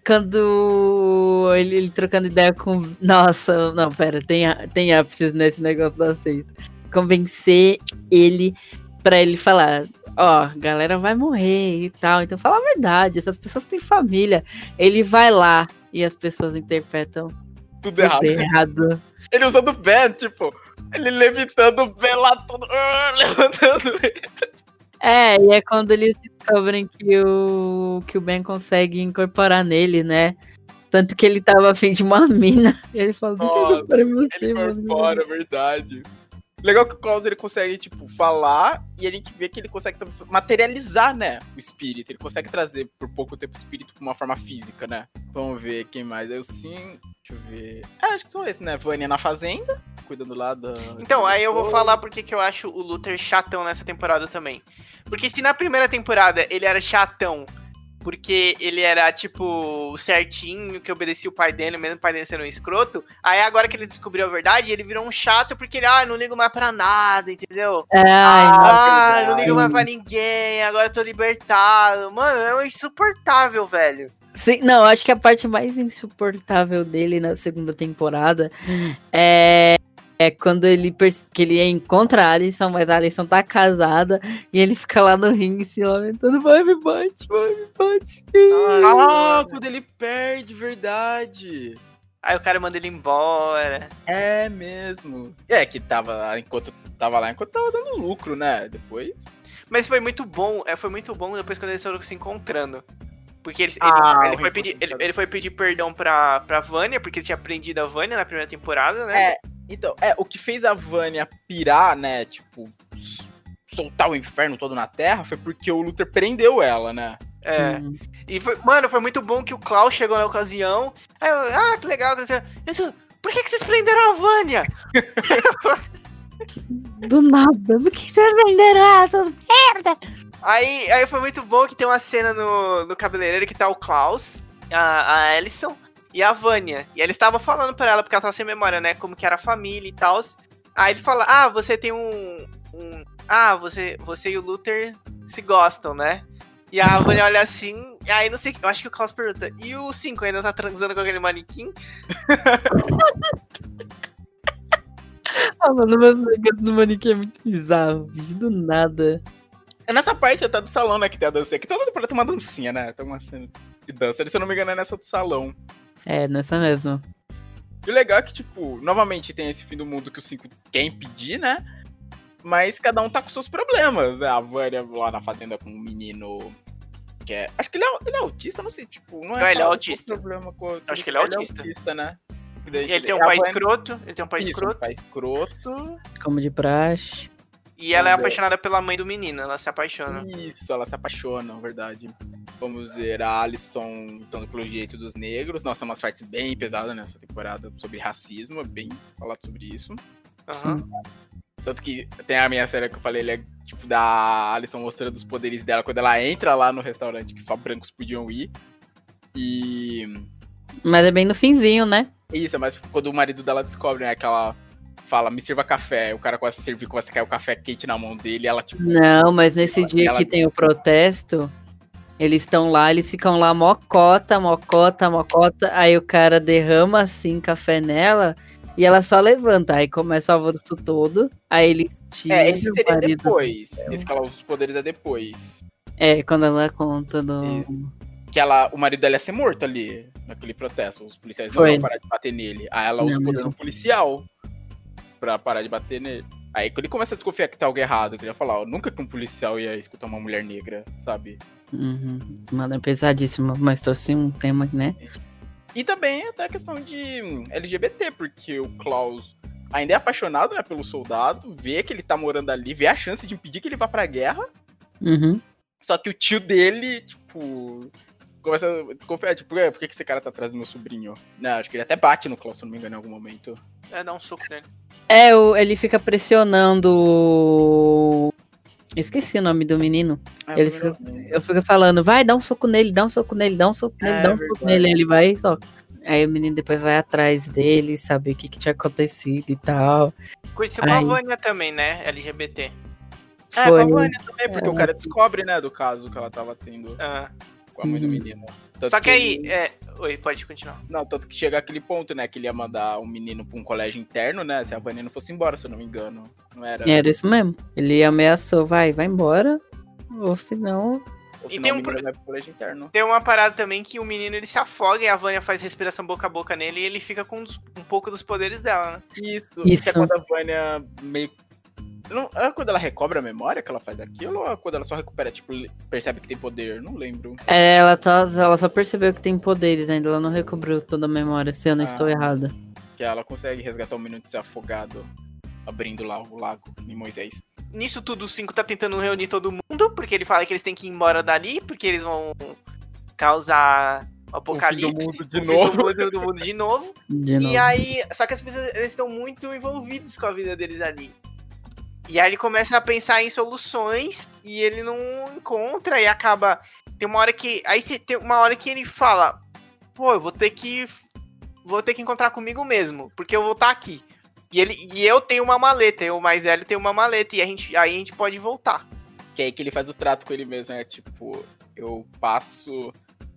quando ele trocando ideia com. Nossa, não, pera, tem ápices nesse negócio da seita. Convencer ele pra ele falar: ó, galera vai morrer e tal, então fala a verdade, essas pessoas têm família. Ele vai lá e as pessoas interpretam tudo tudo errado. errado. Ele usando o Ben, tipo, ele levitando o Ben lá tudo, levantando ele. É, e é quando eles descobrem que o Ben consegue incorporar nele, né? Tanto que ele tava afim de uma mina. E ele fala, deixa eu Nossa, incorporar em você, Ele mano. incorpora, verdade. Legal que o Klaus ele consegue, tipo, falar e a gente vê que ele consegue materializar, né, o espírito. Ele consegue trazer por pouco tempo o espírito com uma forma física, né? Vamos ver quem mais. Eu sim. Deixa eu ver. Acho que são esses, né? Vânia na fazenda, cuidando lá da. Então, aí eu vou falar porque que eu acho o Luther chatão nessa temporada também. Porque se na primeira temporada ele era chatão, porque ele era, tipo, certinho, que obedecia o pai dele, mesmo o pai dele sendo um escroto, aí agora que ele descobriu a verdade, ele virou um chato porque ele, não ligo mais pra nada, entendeu? Ai, Não ligo mais pra ninguém, agora eu tô libertado. Mano, é um insuportável, velho. Sim, não, acho que a parte mais insuportável dele na segunda temporada é quando que ele encontra a Alison, mas a Alison tá casada e ele fica lá no ringue se lamentando, vai, me bate, vai, me bate. Quando ele perde, verdade. Aí o cara manda ele embora. É mesmo. É, que tava lá enquanto tava dando lucro, né? Depois. Mas foi muito bom depois quando eles foram se encontrando. Porque ele foi pedir perdão pra Vânia, porque ele tinha prendido a Vânia na primeira temporada, né? Então, o que fez a Vânia pirar, né? Tipo, soltar o inferno todo na Terra foi porque o Luther prendeu ela, né? E foi muito bom que o Klaus chegou na ocasião. Aí eu, que legal. Por que vocês prenderam a Vânia? Do nada, por que vocês venderam essas merda? Aí foi muito bom que tem uma cena no cabeleireiro que tá o Klaus, a Alison e a Vânia. E ele estava falando pra ela, porque ela tava sem memória, né? Como que era a família e tal. Aí ele fala, você tem você e o Luther se gostam, né? E a Vânia olha assim, e aí não sei, eu acho que o Klaus pergunta, e o 5 ainda tá transando com aquele manequim? Mano, o negócio do manequim é muito bizarro, bicho, do nada. É nessa parte até do salão, né, que tem a dancinha. Que toda temporada tem uma dancinha, né? Tem uma cena de dança. Se eu não me engano, é nessa do salão. É, nessa mesmo. E o legal é que, tipo, novamente tem esse fim do mundo que o 5 quer impedir, né? Mas cada um tá com seus problemas, né? A Vânia lá na fazenda com um menino que é... Acho que ele é autista, não sei, tipo... Não, ele é autista. Problema com... Acho que ele é autista. Né? E ele tem um pai escroto. Isso, um pai escroto. Como de praxe. E ela é apaixonada pela mãe do menino, ela se apaixona. Isso, ela se apaixona, na verdade. Vamos ver a Alison lutando pelo direito dos negros. Nossa, umas partes bem pesadas nessa temporada sobre racismo, é bem falado sobre isso. Aham. Tanto que tem a minha série que eu falei, ele é tipo da Alison mostrando os poderes dela quando ela entra lá no restaurante que só brancos podiam ir. Mas é bem no finzinho, né? Isso, mas quando o marido dela descobre, né, que ela fala, me sirva café, o cara começa a servir, começa a cair o café quente na mão dele, ela tipo... Não, mas nesse dia que tem o protesto, eles estão lá, eles ficam lá mocota, aí o cara derrama assim café nela e ela só levanta, aí começa o alvoroço todo, aí eles tiram esse o seria marido. depois, esse que ela usa os poderes é depois. Quando ela conta do... Que o marido dela ia ser morto ali, naquele protesto, os policiais não Foi. iam parar de bater nele, aí ela usa o poder do policial pra parar de bater nele. Aí quando ele começa a desconfiar que tá algo errado, que ele ia falar, nunca que um policial ia escutar uma mulher negra, sabe? Mano, é pesadíssimo, mas trouxe um tema, né? E também até a questão de LGBT, porque o Klaus ainda é apaixonado, né, pelo soldado, vê que ele tá morando ali, vê a chance de impedir que ele vá pra guerra, só que o tio dele, tipo, começa a desconfiar, tipo, por que esse cara tá atrás do meu sobrinho? Não, acho que ele até bate no Klaus, se não me engano, em algum momento. Dá um soco nele. Ele fica pressionando... Esqueci o nome do menino. Ele fica falando, vai, dá um soco nele, dá um soco nele, dá um soco nele, dá um soco nele. Aí ele vai e soca. Aí o menino depois vai atrás dele, saber o que tinha acontecido e tal. Conheci com a Vânia também, né? LGBT. Com a Vânia também, porque o cara descobre, né, do caso que ela tava tendo com a mãe do menino. Tanto só que aí... Oi, pode continuar. Não, tanto que chega aquele ponto, né, que ele ia mandar o menino pra um colégio interno, né, se a Vânia não fosse embora, se eu não me engano. Não era? Era isso mesmo. Ele ameaçou, vai embora, ou senão... Ou senão o menino vai pro colégio interno. Tem uma parada também que o menino, ele se afoga e a Vânia faz respiração boca a boca nele e ele fica com um pouco dos poderes dela, né? Isso. Que é quando a Vânia meio... Não, é quando ela recobra a memória que ela faz aquilo, ou é quando ela só recupera, tipo, percebe que tem poder? Não lembro. Ela só percebeu que tem poderes ainda, ela não recobrou toda a memória, se eu não estou errada. Que ela consegue resgatar o menino de ser afogado, abrindo lá o lago em Moisés. Nisso tudo, o 5 tá tentando reunir todo mundo, porque ele fala que eles têm que ir embora dali, porque eles vão causar apocalipse. O fim do mundo de novo. E aí, só que as pessoas, eles estão muito envolvidos com a vida deles ali. E aí ele começa a pensar em soluções e ele não encontra e acaba... Tem uma hora que ele fala, pô, eu vou ter que encontrar comigo mesmo, porque eu vou estar aqui. E eu tenho uma maleta, eu, o mais velho, tenho uma maleta e aí a gente pode voltar. Que é aí que ele faz o trato com ele mesmo, é tipo, eu passo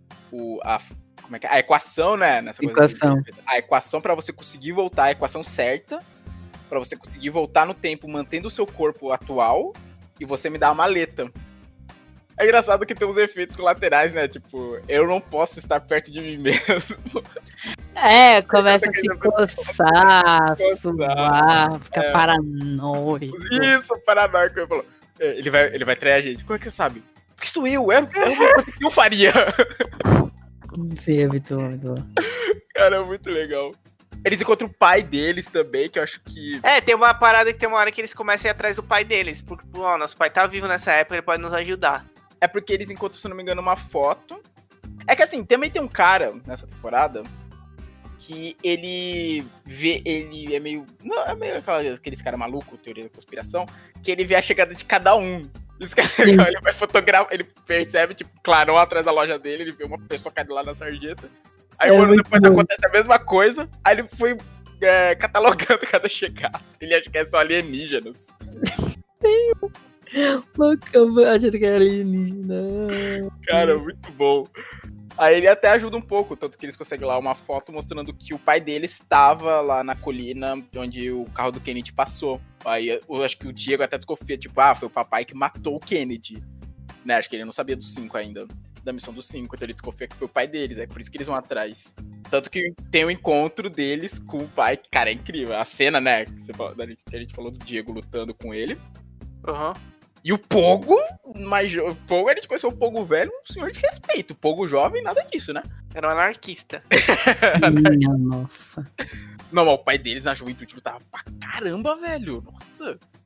a equação, né? Nessa equação. A equação pra você conseguir voltar, a equação certa, pra você conseguir voltar no tempo, mantendo o seu corpo atual, e você me dá uma maleta. É engraçado que tem uns efeitos colaterais, né? Tipo, eu não posso estar perto de mim mesmo. Começa a se coçar, suar, ficar paranoico. Isso, paranoico. Ele vai trair a gente. Como é que você sabe? Porque sou eu, era uma coisa que eu faria. Sim, habitual. Cara, é muito legal. Eles encontram o pai deles também, que eu acho que... tem uma parada que tem uma hora que eles começam a ir atrás do pai deles. Porque, nosso pai tá vivo nessa época, ele pode nos ajudar. É porque eles encontram, se não me engano, uma foto. É que assim, também tem um cara nessa temporada que ele é meio... Não, é meio aqueles caras malucos, teoria da conspiração, que ele vê a chegada de cada um. Isso que é legal, ele vai fotografar, ele percebe, tipo, clarão atrás da loja dele, ele vê uma pessoa cair lá na sarjeta. Aí um ano depois acontece a mesma coisa, aí ele foi catalogando cada chegada. Ele acha que é só alienígenas. Sim. Eu acho que é alienígena. Cara, muito bom. Aí ele até ajuda um pouco, tanto que eles conseguem lá uma foto mostrando que o pai dele estava lá na colina onde o carro do Kennedy passou. Aí eu acho que o Diego até desconfia, tipo, foi o papai que matou o Kennedy. Né, acho que ele não sabia dos 5 ainda, da missão dos 5, então ele desconfia que foi o pai deles, é por isso que eles vão atrás. Tanto que tem o encontro deles com o pai, que, cara, é incrível. A cena, né, que a gente falou do Diego lutando com ele. Uhum. E o Pogo, o Pogo, a gente conheceu o Pogo velho, um senhor de respeito. O Pogo jovem, nada disso, né? Era um anarquista. Minha nossa. Não, mas o pai deles na juventude lutava pra caramba, velho. Nossa.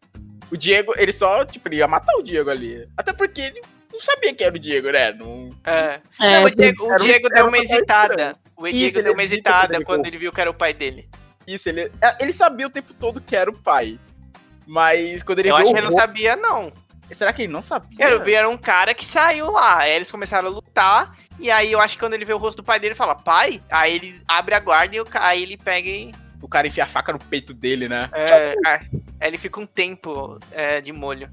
O Diego, ele só, tipo, ele ia matar o Diego ali. Até porque ele não sabia que era o Diego, né? Não... Não, o Diego deu uma hesitada. O Isso, Diego ele deu uma hesita hesitada quando quando ele ele viu que era o pai dele. Isso, ele sabia o tempo todo que era o pai. Mas quando ele Eu viu acho o que ele não rosto- sabia, não. Será que ele não sabia? Eu vi, era um cara que saiu lá. Aí eles começaram a lutar. E aí eu acho que quando ele vê o rosto do pai dele, ele fala, pai? Aí ele abre a guarda e aí ele pega e. O cara enfia a faca no peito dele, né? Aí ele fica um tempo de molho.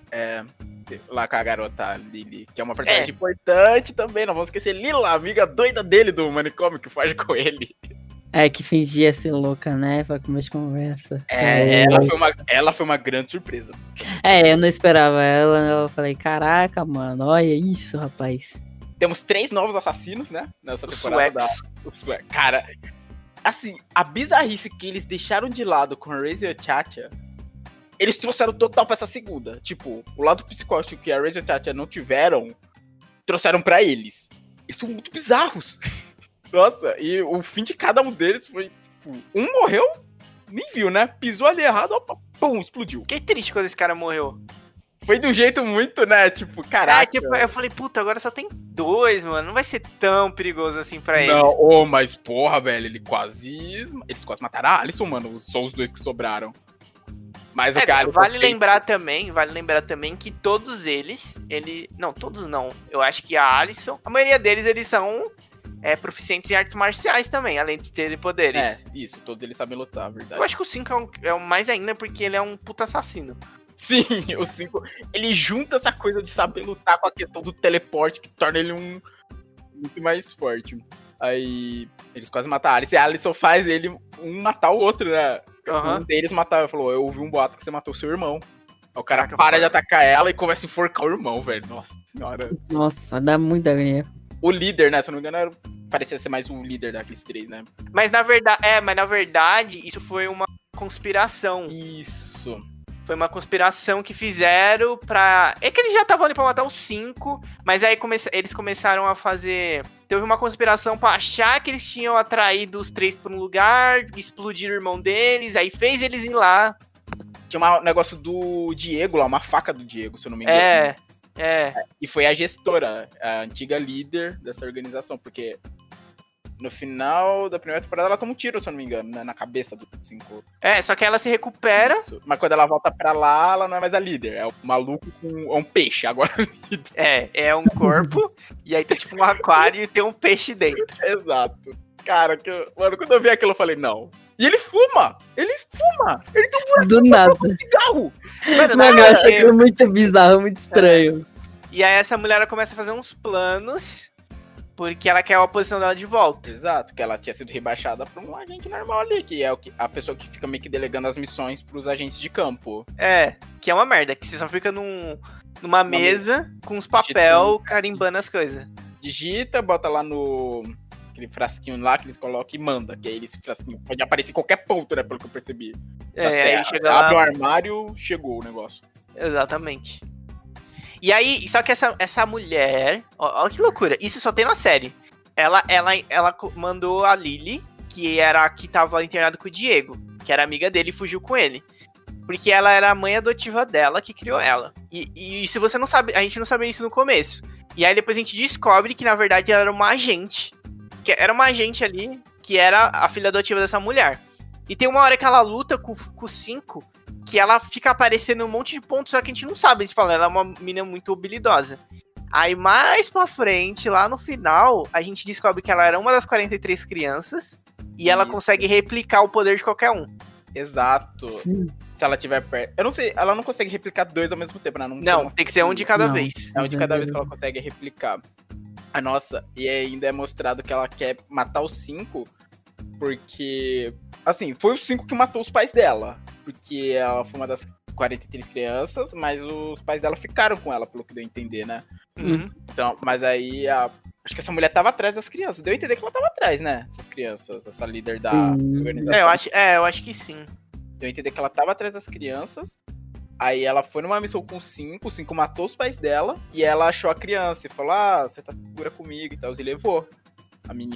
Lá com a garota Lily, que é uma personagem importante também. Não vamos esquecer Lila, amiga doida dele do manicômio que foge com ele. Que fingia ser louca, né? Pra começar de conversa. Ela foi uma grande surpresa. Eu não esperava ela. Eu falei, caraca, mano, olha isso, rapaz. Temos 3 novos assassinos, né? Nessa Os temporada Swags. Cara, assim, a bizarrice que eles deixaram de lado com a Razor e a Chacha, eles trouxeram total pra essa segunda. Tipo, o lado psicótico que a Razor e a Chacha não tiveram, trouxeram pra eles. Eles são muito bizarros. Nossa, e o fim de cada um deles foi, tipo, um morreu, nem viu, né? Pisou ali errado, opa, pum, explodiu. Fiquei triste quando esse cara morreu. Foi de um jeito muito, né? Tipo, caraca. Tipo, eu falei, puta, agora só tem 2, mano. Não vai ser tão perigoso assim pra eles. Não, mas porra, velho, eles quase mataram a Alison, mano. Só os 2 que sobraram. Mas o cara... Vale lembrar também que todos eles, não, todos não. Eu acho que a Alison, a maioria deles, eles são proficientes em artes marciais também, além de terem poderes. Isso, todos eles sabem lutar, verdade. Eu acho que o 5 é o mais ainda, porque ele é um puta assassino. Sim, o 5, ele junta essa coisa de saber lutar com a questão do teleporte, que torna ele muito mais forte. Aí, eles quase mataram a Alice, e a Alison faz ele matar o outro, né? Um deles matar, falou, eu ouvi um boato que você matou seu irmão. Aí o cara para de atacar ela e começa a enforcar o irmão, velho. Nossa senhora. Nossa, dá muita agonia. O líder, né, se eu não me engano, parecia ser mais o líder daqueles 3, né? Mas na verdade, isso foi uma conspiração. Isso. Foi uma conspiração que fizeram pra... É que eles já estavam ali pra matar os 5, mas aí eles começaram a fazer... Teve uma conspiração pra achar que eles tinham atraído os 3 pra um lugar, explodir o irmão deles, aí fez eles ir lá. Tinha um negócio do Diego lá, uma faca do Diego, se eu não me engano. E foi a gestora, a antiga líder dessa organização, porque... No final da primeira temporada ela toma um tiro, se eu não me engano, né? Na cabeça do 5. Só que ela se recupera. Isso. Mas quando ela volta pra lá, ela não é mais a líder. É um maluco com um peixe agora. É um corpo. E aí tá tipo um aquário e tem um peixe dentro. Exato. Cara, mano, quando eu vi aquilo eu falei, não. E ele fuma! Ele tem um buraco do nada. Com cigarro! Mano, eu achei aquilo muito bizarro, muito estranho. E aí essa mulher ela começa a fazer uns planos... Porque ela quer a posição dela de volta. Exato, que ela tinha sido rebaixada pra um agente normal ali, que é a pessoa que fica meio que delegando as missões pros agentes de campo. Que é uma merda, que você só fica numa mesa com uns papel carimbando as coisas. Digita, bota lá no... aquele frasquinho lá que eles colocam e manda, que aí esse frasquinho pode aparecer em qualquer ponto, né, pelo que eu percebi. Aí chega lá... Abre o armário, chegou o negócio. Exatamente. E aí, só que essa mulher... Olha que loucura, isso só tem na série. Ela mandou a Lily, que era a que tava internada com o Diego, que era amiga dele e fugiu com ele. Porque ela era a mãe adotiva dela que criou ela. E isso você não sabe, a gente não sabia isso no começo. E aí depois a gente descobre que na verdade ela era uma agente. Que era uma agente ali, que era a filha adotiva dessa mulher. E tem uma hora que ela luta com o 5, que ela fica aparecendo um monte de pontos, só que a gente não sabe. Ela é uma menina muito habilidosa. Aí mais pra frente, lá no final, a gente descobre que ela era uma das 43 crianças e ela consegue replicar o poder de qualquer um. Exato. Sim. Se ela tiver perto. Eu não sei, ela não consegue replicar 2 ao mesmo tempo, né? Não, tem que ser um de cada vez. É um de cada vez que ela consegue replicar. Ah, nossa, e ainda é mostrado que ela quer matar os 5 porque... Assim, foi os 5 que matou os pais dela. Porque ela foi uma das 43 crianças, mas os pais dela ficaram com ela, pelo que deu a entender, né? Uhum. Então, mas aí acho que essa mulher tava atrás das crianças. Deu a entender que ela tava atrás, né? Essas crianças, essa líder da organização. Eu acho que sim. Deu a entender que ela tava atrás das crianças. Aí ela foi numa missão com o 5 matou os pais dela. E ela achou a criança e falou: você tá segura comigo e tal. E levou a menina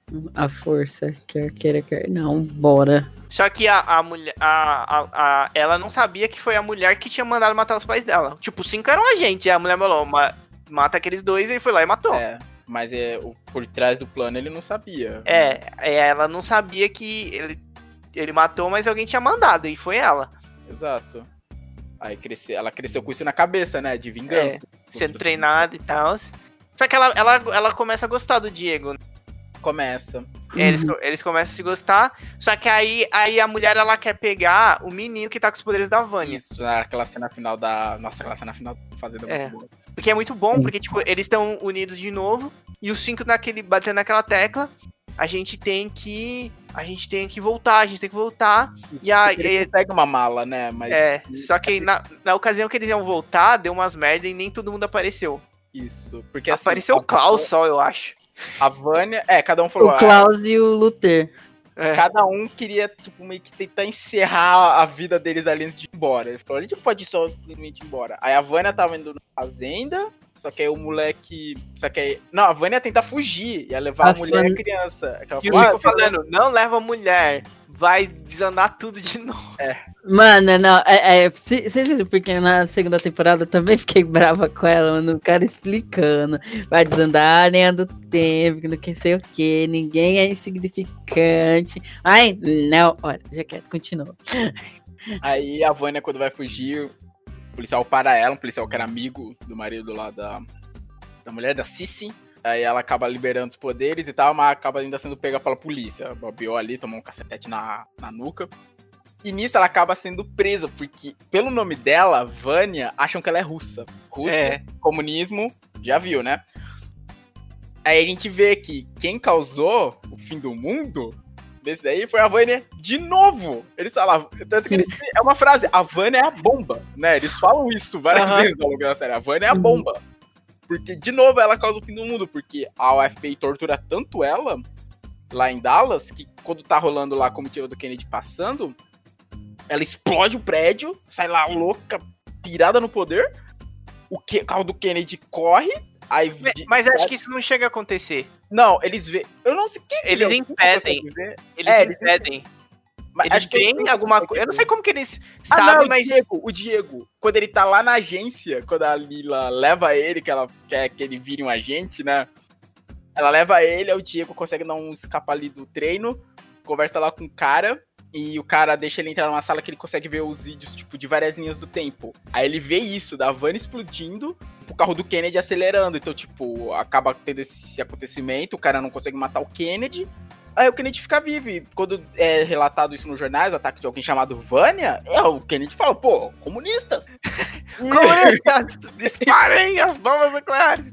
A força, quer queira, quer não, bora. Só que a mulher, ela não sabia que foi a mulher que tinha mandado matar os pais dela. Tipo, os 5 eram agentes, e a mulher falou, mata aqueles 2, e ele foi lá e matou. Mas por trás do plano ele não sabia. Ela não sabia que ele matou, mas alguém tinha mandado, e foi ela. Exato. Aí ela cresceu com isso na cabeça, né, de vingança. Sendo treinada e tal. Só que ela começa a gostar do Diego, né? Começa. Eles começam a se gostar, só que aí a mulher, ela quer pegar o menino que tá com os poderes da Vânia. Isso, aquela cena final Nossa, aquela cena final da Fazenda é muito boa. Porque é muito bom, porque, tipo, eles estão unidos de novo, e os 5 batendo naquela tecla, a gente tem que voltar, Isso, e aí... ele pega uma mala, né, mas... só que na ocasião que eles iam voltar, deu umas merda e nem todo mundo apareceu. Isso, porque apareceu o Klaus só, eu acho. A Vânia, cada um falou... O Klaus e o Luther. Cada um queria, tipo, meio que tentar encerrar a vida deles ali antes de ir embora. Ele falou, a gente não pode só simplesmente ir embora. Aí a Vânia tava indo na fazenda, só que aí o moleque... Não, a Vânia ia tentar fugir, ia levar a mulher e a criança. E eu fico falando, não leva a mulher, vai desandar tudo de novo. Mano, não, vocês viram porque na segunda temporada eu também fiquei brava com ela, mano, o cara explicando, vai desandar a linha do tempo, não sei o que, ninguém é insignificante. Ai, não, olha, já quieto, continua. Aí a Vânia, quando vai fugir, o policial para ela, um policial que era amigo do marido lá da mulher, da Cici. Aí ela acaba liberando os poderes e tal, mas acaba ainda sendo pega pela polícia. Bobeou ali, tomou um cacetete na nuca. E nisso ela acaba sendo presa, porque pelo nome dela, Vânia, acham que ela é russa. Comunismo, já viu, né? Aí a gente vê que quem causou o fim do mundo desse daí foi a Vânia de novo. Eles falavam, tanto que é uma frase, a Vânia é a bomba, né? Eles falam isso várias vezes ao longo da série, a Vânia é a bomba. Porque, de novo, ela causa o fim do mundo, porque a UFBI tortura tanto ela, lá em Dallas, que quando tá rolando lá a comitiva do Kennedy passando, ela explode o prédio, sai lá louca, pirada no poder, o carro do Kennedy corre, aí... Mas acho que isso não chega a acontecer. Não, eles vê... Eu não sei quem... Eles impedem. Eles impedem. Mas eles têm alguma coisa. Eu não sei como que eles sabem, mas. O Diego, quando ele tá lá na agência, quando a Lila leva ele, que ela quer que ele vire um agente, né? Ela leva ele, aí o Diego consegue dar um escapa ali do treino, conversa lá com o cara, e o cara deixa ele entrar numa sala que ele consegue ver os vídeos, tipo, de várias linhas do tempo. Aí ele vê isso, da van explodindo, o carro do Kennedy acelerando. Então, tipo, acaba tendo esse acontecimento, o cara não consegue matar o Kennedy. Aí o Kennedy fica vivo. E quando é relatado isso nos jornais, o ataque de alguém chamado Vânia, o Kennedy fala, pô, comunistas! Comunistas! Disparem as bombas nucleares!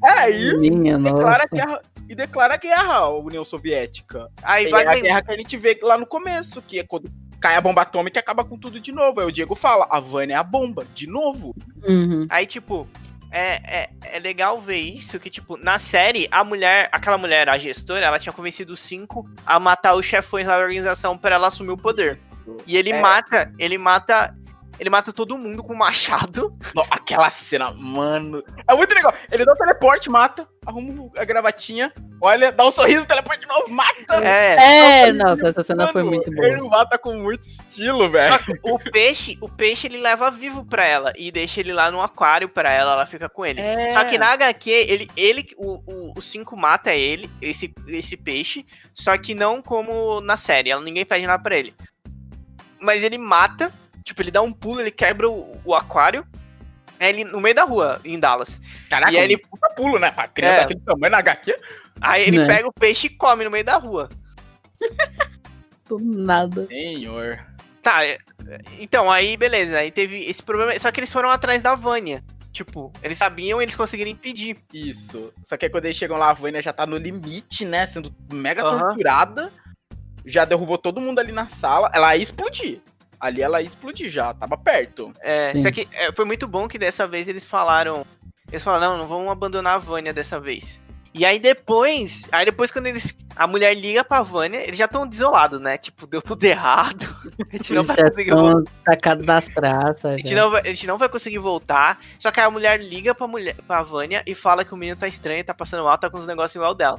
E declara guerra à União Soviética. Aí vai a guerra que a gente vê lá no começo, que é quando cai a bomba atômica e acaba com tudo de novo. Aí o Diego fala, a Vânia é a bomba, de novo. Uhum. Aí, tipo... É legal ver isso, que, tipo, na série, aquela mulher, a gestora, ela tinha convencido os 5 a matar os chefões da organização pra ela assumir o poder. E ele mata todo mundo com um machado. Aquela cena, mano. É muito legal. Ele dá o teleporte, mata, arruma a gravatinha, olha, dá um sorriso, teleporte de novo, mata. Nossa, essa cena foi muito boa. Ele mata com muito estilo, velho. O peixe ele leva vivo pra ela e deixa ele lá no aquário pra ela fica com ele. Só que na HQ, o 5 mata ele, esse peixe, só que não como na série, ninguém pede nada pra ele. Mas ele mata. Tipo, ele dá um pulo, ele quebra o aquário. Ele no meio da rua, em Dallas. Caraca, e aí ele puta pulo, né? Pra criança daquele tamanho na HQ. Aí ele pega o peixe e come no meio da rua. Do nada. Senhor. Tá, então, aí beleza. Aí teve esse problema. Só que eles foram atrás da Vânia. Tipo, eles sabiam e eles conseguiram impedir. Isso. Só que aí quando eles chegam lá, a Vânia já tá no limite, né? Sendo mega torturada. Já derrubou todo mundo ali na sala. Ela ia explodir. Ali ela ia explodir já, tava perto. Só que foi muito bom que dessa vez eles falaram, não vamos abandonar a Vânia dessa vez. E aí depois quando a mulher liga pra Vânia, eles já estão desolados, né? Tipo, deu tudo errado. A gente não vai conseguir voltar. Tacado das traças. A gente não vai conseguir voltar. Só que a mulher liga pra Vânia e fala que o menino tá estranho, tá passando mal, tá com uns negócios igual dela.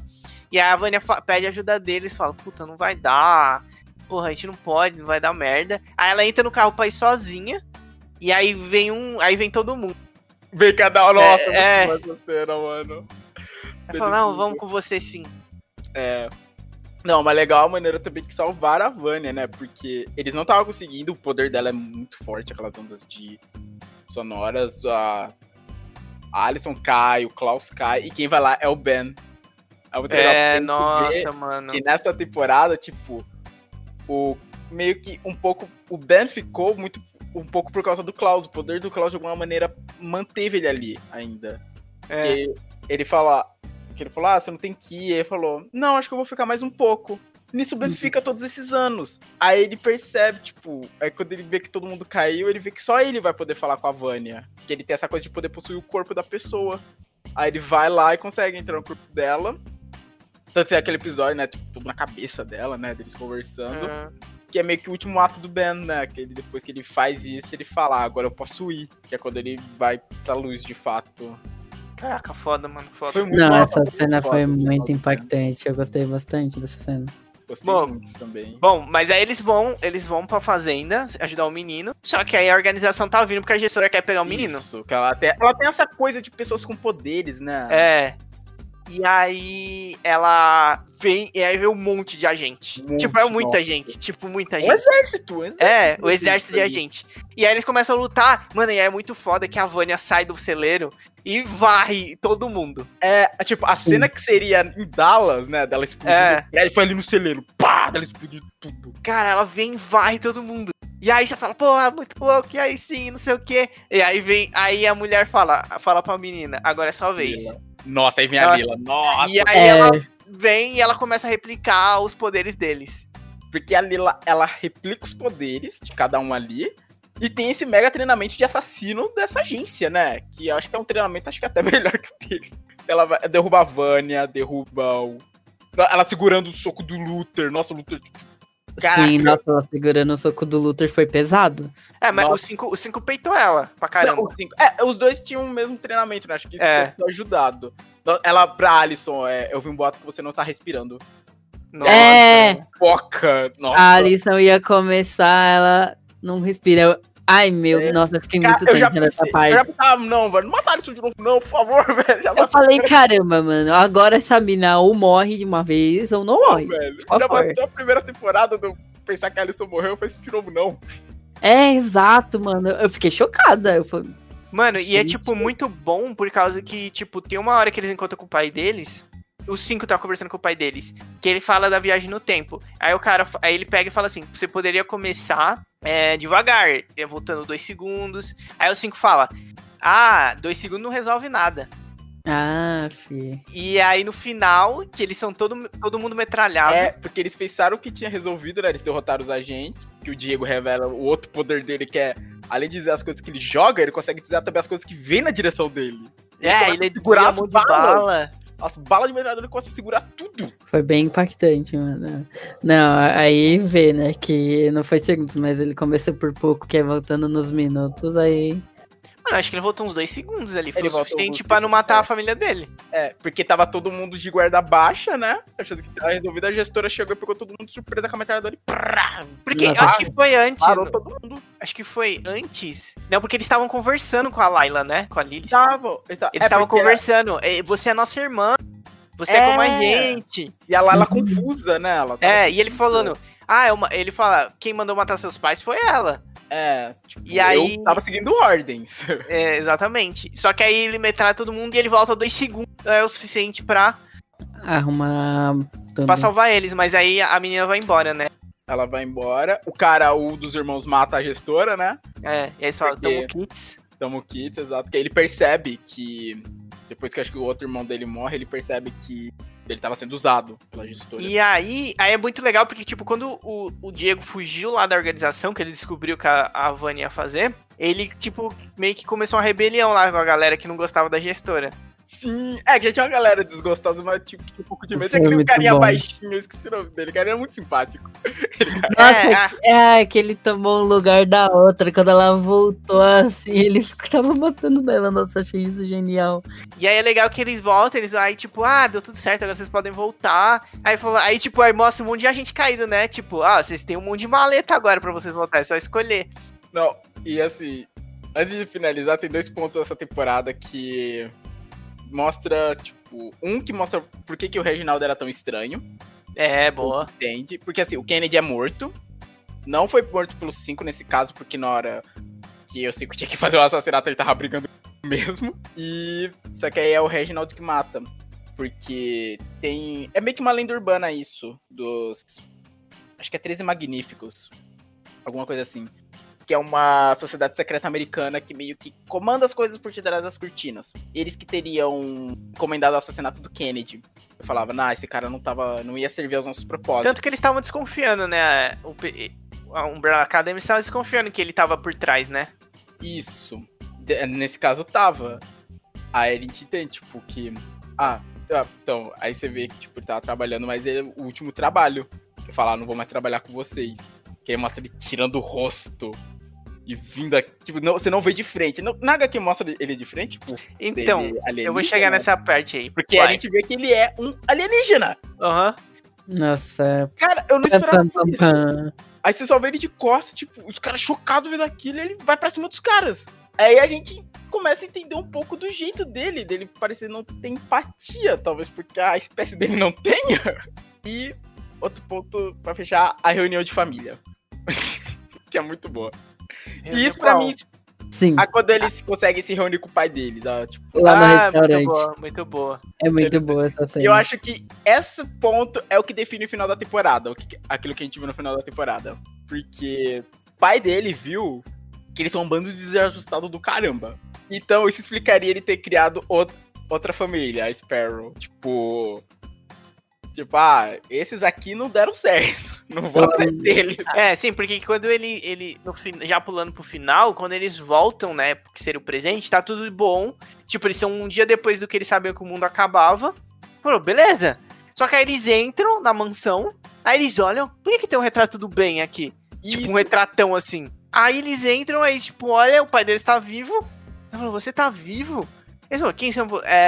E aí a Vânia pede ajuda deles, fala, puta, não vai dar, porra, a gente não pode, não vai dar merda. Aí ela entra no carro pra ir sozinha, e aí vem todo mundo. Vem cada um, nossa, muito boa essa cena, mano. Ela fala, não, vamos com você sim. Não, mas legal a maneira também que salvaram a Vânia, né? Porque eles não estavam conseguindo, o poder dela é muito forte, aquelas ondas de sonoras. A Alison cai, o Klaus cai, e quem vai lá é o Ben. É muito legal. Nossa, mano. Que nessa temporada, tipo, meio que um pouco. O Ben ficou um pouco por causa do Klaus. O poder do Klaus, de alguma maneira, manteve ele ali ainda. Ele falou, você não tem que ir. Ele falou, não, acho que eu vou ficar mais um pouco. Nisso o Ben fica todos esses anos. Aí ele percebe, tipo, aí quando ele vê que todo mundo caiu, ele vê que só ele vai poder falar com a Vânia. Que ele tem essa coisa de poder possuir o corpo da pessoa. Aí ele vai lá e consegue entrar no corpo dela. Tanto é aquele episódio, né, tipo, tudo na cabeça dela, né, deles conversando. Que é meio que o último ato do Ben, né, que depois que ele faz isso, ele fala, agora eu posso ir. Que é quando ele vai pra luz, de fato. Caraca, foda, mano, foda. Não, essa cena foi muito impactante, eu gostei bastante dessa cena. Gostei muito também. Bom, mas aí eles vão pra fazenda ajudar o menino. Só que aí a organização tá vindo porque a gestora quer pegar o menino. Isso, que ela tem essa coisa de pessoas com poderes, né? E aí ela vem, e aí vem um monte de agente. Tipo, é muita gente. Tipo, muita gente. O exército. O exército de agente. E aí eles começam a lutar. Mano, e aí é muito foda que a Vânia sai do celeiro e varre todo mundo. Tipo, a cena que seria em Dallas, né? Dela explodir. E aí foi ali no celeiro. Pá! Dela explodir tudo. Cara, ela vem e varre todo mundo. E aí você fala, porra, muito louco, e aí sim, não sei o quê. E aí a mulher fala pra menina, agora é sua vez. Nossa, aí vem a Lila. Nossa. E aí ela vem e ela começa a replicar os poderes deles. Porque a Lila, ela replica os poderes de cada um ali. E tem esse mega treinamento de assassino dessa agência, né? Que eu acho que é um treinamento, acho que até melhor que o dele. Ela derruba a Vânia, derruba o... Ela segurando o soco do Luther. Nossa, o Luther... Caraca. Sim, nossa, ela segurando o soco do Luther foi pesado. Mas o 5 peitou ela pra caramba. Não, os dois tinham o mesmo treinamento, né? Acho que isso foi ajudado. Ela, pra Alison, eu vi um boato que você não tá respirando. Nossa, foca. Nossa. A Alison ia começar, ela não respira. Ai, nossa, eu fiquei muito tensa nessa parte. Eu já pensava, não, velho, não mata a Alison de novo, não, por favor, velho. Eu falei, caramba, mano, agora essa mina ou morre de uma vez ou não morre. Velho. Já bateu a primeira temporada de eu pensar que a Alison morreu, eu pensei de novo, não. Exato, mano. Eu fiquei chocada. Eu falei, mano, e é, tipo, muito bom por causa que, tipo, tem uma hora que eles encontram com o pai deles. Os 5 tá conversando com o pai deles. Que ele fala da viagem no tempo. Aí ele pega e fala assim: você poderia começar devagar, voltando 2 segundos. Aí o 5 fala: 2 segundos não resolve nada. Fi. E aí no final, que eles são todo mundo metralhado. Porque eles pensaram que tinha resolvido, né? Eles derrotaram os agentes. Que o Diego revela o outro poder dele, que é, além de dizer as coisas que ele joga, ele consegue dizer também as coisas que vêm na direção dele. Ele segura as balas. As balas de metralhadora, ele consegue segurar tudo. Foi bem impactante, mano. Não, aí vê, né, que não foi segundos, mas ele começou por pouco, que é voltando nos minutos, aí... Mano, acho que ele voltou uns 2 segundos ali. Foi o suficiente pra não matar a família dele. Porque tava todo mundo de guarda baixa, né? Achando que tava resolvido, a gestora chegou e pegou todo mundo de surpresa com a metralhadora e... Porque acho que foi antes. Parou todo mundo. Acho que foi antes. Não, porque eles estavam conversando com a Layla, né? Com a Lily. Eles estavam conversando. Você é nossa irmã. Você é como a gente. E a Layla confusa, né? E ele falando... ele fala, quem mandou matar seus pais foi ela. E aí... eu tava seguindo ordens. Exatamente. Só que aí ele metralha todo mundo e ele volta 2 segundos. É o suficiente pra... arrumar... tudo. Pra salvar eles, mas aí a menina vai embora, né? Ela vai embora. O cara, dos irmãos, mata a gestora, né? E aí eles falam, Tamo kits, exato. Porque ele percebe que... depois que acho que o outro irmão dele morre, ele percebe que ele tava sendo usado pela gestora. E aí é muito legal, porque, tipo, quando o Diego fugiu lá da organização, que ele descobriu que a Vânia ia fazer, ele, tipo, meio que começou uma rebelião lá com a galera que não gostava da gestora. Sim, que já tinha uma galera desgostosa, mas tipo, tinha um pouco de medo. Foi Aquele muito carinha bom. baixinho, eu esqueci o nome dele, o cara era muito simpático. Nossa, que ele tomou o lugar da outra. Quando ela voltou assim, ele tava matando dela. Nossa, achei isso genial. E aí é legal que eles voltam, aí tipo, deu tudo certo, agora vocês podem voltar. Aí tipo, aí mostra um monte de gente caído, né? Tipo, vocês têm um monte de maleta agora pra vocês voltar, é só escolher. Não, e assim, antes de finalizar, tem 2 pontos dessa temporada que mostra, tipo, que mostra por que o Reginaldo era tão estranho. Boa. Entende? Porque assim, o Kennedy é morto. Não foi morto pelos 5 nesse caso, porque na hora que o 5 tinha que fazer o assassinato, ele tava brigando mesmo. Só que aí é o Reginald que mata. Porque tem... É meio que uma lenda urbana isso, acho que é 13 Magníficos. Alguma coisa assim. Que é uma sociedade secreta americana que meio que comanda as coisas por detrás das cortinas. Eles que teriam encomendado o assassinato do Kennedy. Eu falava, esse cara não ia servir aos nossos propósitos. Tanto que eles estavam desconfiando, né? A Umbrella Academy estava desconfiando que ele tava por trás, né? Isso. Nesse caso, tava. Aí a gente entende, tipo, que... então, aí você vê que, tipo, ele tava trabalhando, mas é o último trabalho. Eu falar, não vou mais trabalhar com vocês. Que aí mostra ele tirando o rosto. E vindo aqui, tipo, você não vê de frente. Na HQ mostra ele de frente, tipo... Então, eu vou chegar nessa parte aí. Porque a gente vê que ele é um alienígena. Aham. Nossa. Cara, eu não esperava isso. Aí você só vê ele de costas, tipo, os caras chocados vendo aquilo e ele vai pra cima dos caras. Aí a gente começa a entender um pouco do jeito dele parecer não ter empatia, talvez porque a espécie dele não tenha. E outro ponto pra fechar, a reunião de família. Que é muito boa. E isso pra mim, sim. Quando eles conseguem se reunir com o pai dele, tipo, lá no restaurante. Muito boa. É muito boa essa cena. Eu acho que esse ponto é o que define o final da temporada, aquilo que a gente viu no final da temporada. Porque o pai dele viu que eles são um bando de desajustados do caramba. Então isso explicaria ele ter criado outra família, a Sparrow. Tipo, esses aqui não deram certo. Não vou atrás deles. Sim, porque quando ele já pulando pro final, quando eles voltam, né, que seria o presente, tá tudo bom. Tipo, eles são um dia depois do que eles sabiam que o mundo acabava. Falou, beleza. Só que aí eles entram na mansão, aí eles olham, por que tem um retrato do Ben aqui? Isso. Tipo, um retratão assim. Aí eles entram, aí tipo, olha, o pai deles tá vivo. Ele falou, você tá vivo? Eles falam, quem são vocês?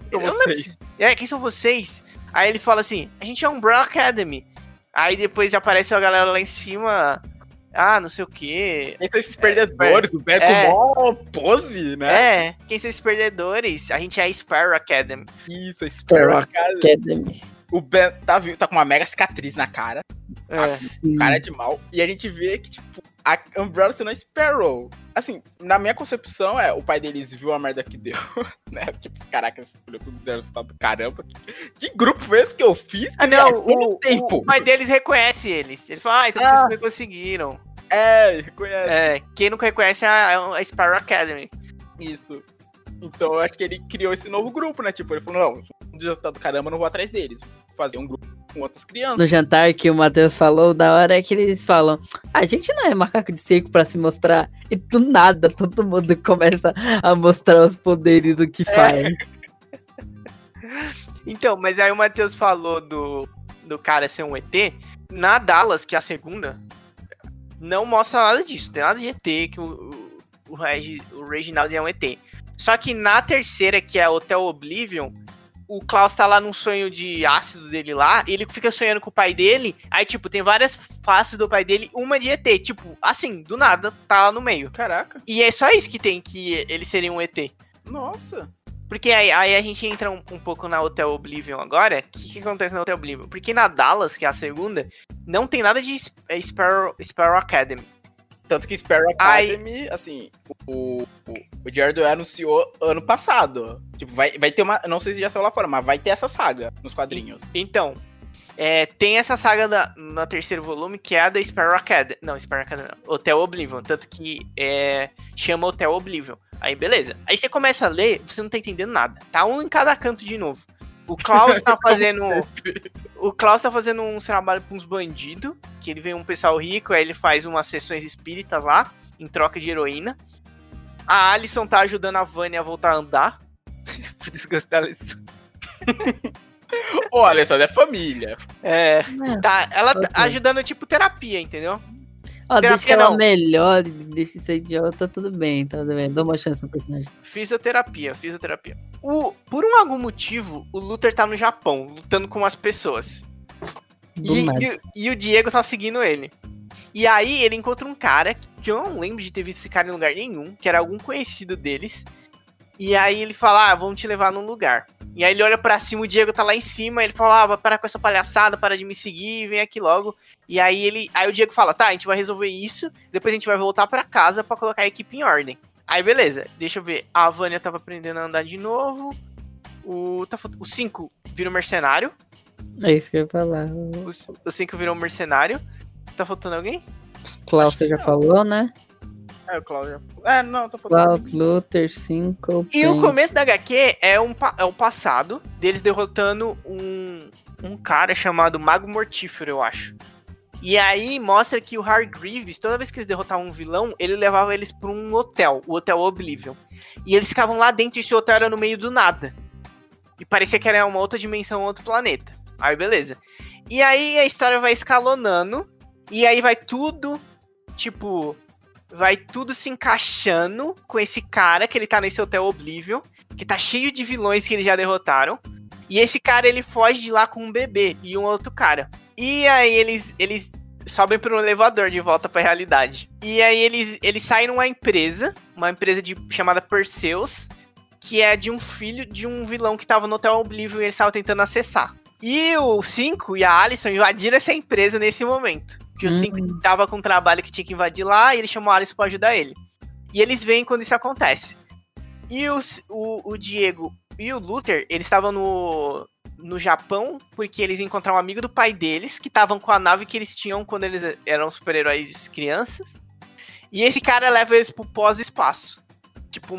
Quem são vocês? Aí ele fala assim, a gente é Umbrella Academy. Aí depois aparece a galera lá em cima, não sei o quê. Quem são esses perdedores? O Ben com mó pose, né? Quem são esses perdedores? A gente é a Sparrow Academy. Isso, a Sparrow Academy. O Ben tá vivo, tá com uma mega cicatriz na cara. Cara é de mal. E a gente vê que, tipo, a Umbrella sendo a Sparrow. Assim, na minha concepção, o pai deles viu a merda que deu, né? Tipo, caraca, esse filho tudo zero resultado, caramba. Que grupo foi esse que eu fiz? O pai deles reconhece eles. Ele fala, então vocês não conseguiram. Reconhece. Quem não reconhece é a Sparrow Academy. Isso. Então eu acho que ele criou esse novo grupo, né? Tipo, ele falou, não, um resultado do caramba, eu não vou atrás deles. Vou fazer um grupo com outras crianças. No jantar que o Matheus falou, da hora é que eles falam, a gente não é macaco de circo pra se mostrar. E do nada, todo mundo começa a mostrar os poderes do que faz. Então, mas aí o Matheus falou do cara ser um ET. Na Dallas, que é a segunda, não mostra nada disso. Tem nada de ET, que o Reginald é um ET. Só que na terceira, que é Hotel Oblivion, o Klaus tá lá num sonho de ácido dele lá, e ele fica sonhando com o pai dele, aí, tipo, tem várias faces do pai dele, uma de ET, tipo, assim, do nada, tá lá no meio. Caraca. E é só isso que tem, que ele seria um ET. Nossa. Porque aí a gente entra um pouco na Hotel Oblivion agora. O que acontece na Hotel Oblivion? Porque na Dallas, que é a segunda, não tem nada de Sparrow Academy. Tanto que Sparrow Academy, assim, o Jared anunciou ano passado. Tipo, vai ter uma... Não sei se já saiu lá fora, mas vai ter essa saga nos quadrinhos. Então, tem essa saga na terceiro volume, que é a da Sparrow Academy. Não, Sparrow Academy não. Hotel Oblivion. Tanto que chama Hotel Oblivion. Aí, beleza. Aí você começa a ler, você não tá entendendo nada. Tá um em cada canto de novo. O Klaus tá fazendo... O Klaus tá fazendo uns trabalhos com uns bandidos, que ele vê um pessoal rico, aí ele faz umas sessões espíritas lá, em troca de heroína. A Alison tá ajudando a Vânia a voltar a andar. pro desgosto da Alessandra. Ô, Alessandra, é família. Tá, ela tá ok. ajudando tipo terapia, entendeu? Ó, deixa que Terapia ela não. melhore, deixa de ser idiota, tudo bem, tá tudo bem. Dá uma chance no personagem. Fisioterapia. Por algum motivo, o Luther tá no Japão, lutando com as pessoas. Do nada. E o Diego tá seguindo ele. E aí ele encontra um cara que eu não lembro de ter visto esse cara em lugar nenhum, que era algum conhecido deles. E aí ele fala, vamos te levar num lugar. E aí ele olha pra cima, o Diego tá lá em cima, ele fala, vai parar com essa palhaçada, para de me seguir, vem aqui logo. E aí o Diego fala, tá, a gente vai resolver isso, depois a gente vai voltar pra casa pra colocar a equipe em ordem. Aí beleza, deixa eu ver, a Vânia tava aprendendo a andar de novo, o 5 vira um mercenário, É isso que eu ia falar. o 5 virou um mercenário, tá faltando alguém? Klaus, você já falou, né? O Cláudio. Não, tô falando. Klaus, Luther, 5. E o começo da HQ é o passado deles derrotando um cara chamado Mago Mortífero, eu acho. E aí mostra que o Hargreaves, toda vez que eles derrotavam um vilão, ele levava eles pra um hotel, o Hotel Oblivion. E eles ficavam lá dentro e esse hotel era no meio do nada. E parecia que era uma outra dimensão, outro planeta. Aí beleza. E aí a história vai escalonando, e aí vai tudo, tipo... Vai tudo se encaixando com esse cara que ele tá nesse Hotel Oblivion, que tá cheio de vilões que eles já derrotaram. E esse cara, ele foge de lá com um bebê e um outro cara. E aí eles sobem por um elevador de volta pra realidade. E aí eles saem numa empresa, chamada Perseus, que é de um filho de um vilão que tava no Hotel Oblivion e eles estavam tentando acessar. E o 5 e a Alison invadiram essa empresa nesse momento. Que o 5 tava com um trabalho que tinha que invadir lá e ele chamou a Alison pra ajudar ele. E eles veem quando isso acontece. E o Diego e o Luther, eles estavam no Japão porque eles encontraram um amigo do pai deles que estavam com a nave que eles tinham quando eles eram super-heróis crianças. E esse cara leva eles pro pós-espaço. Tipo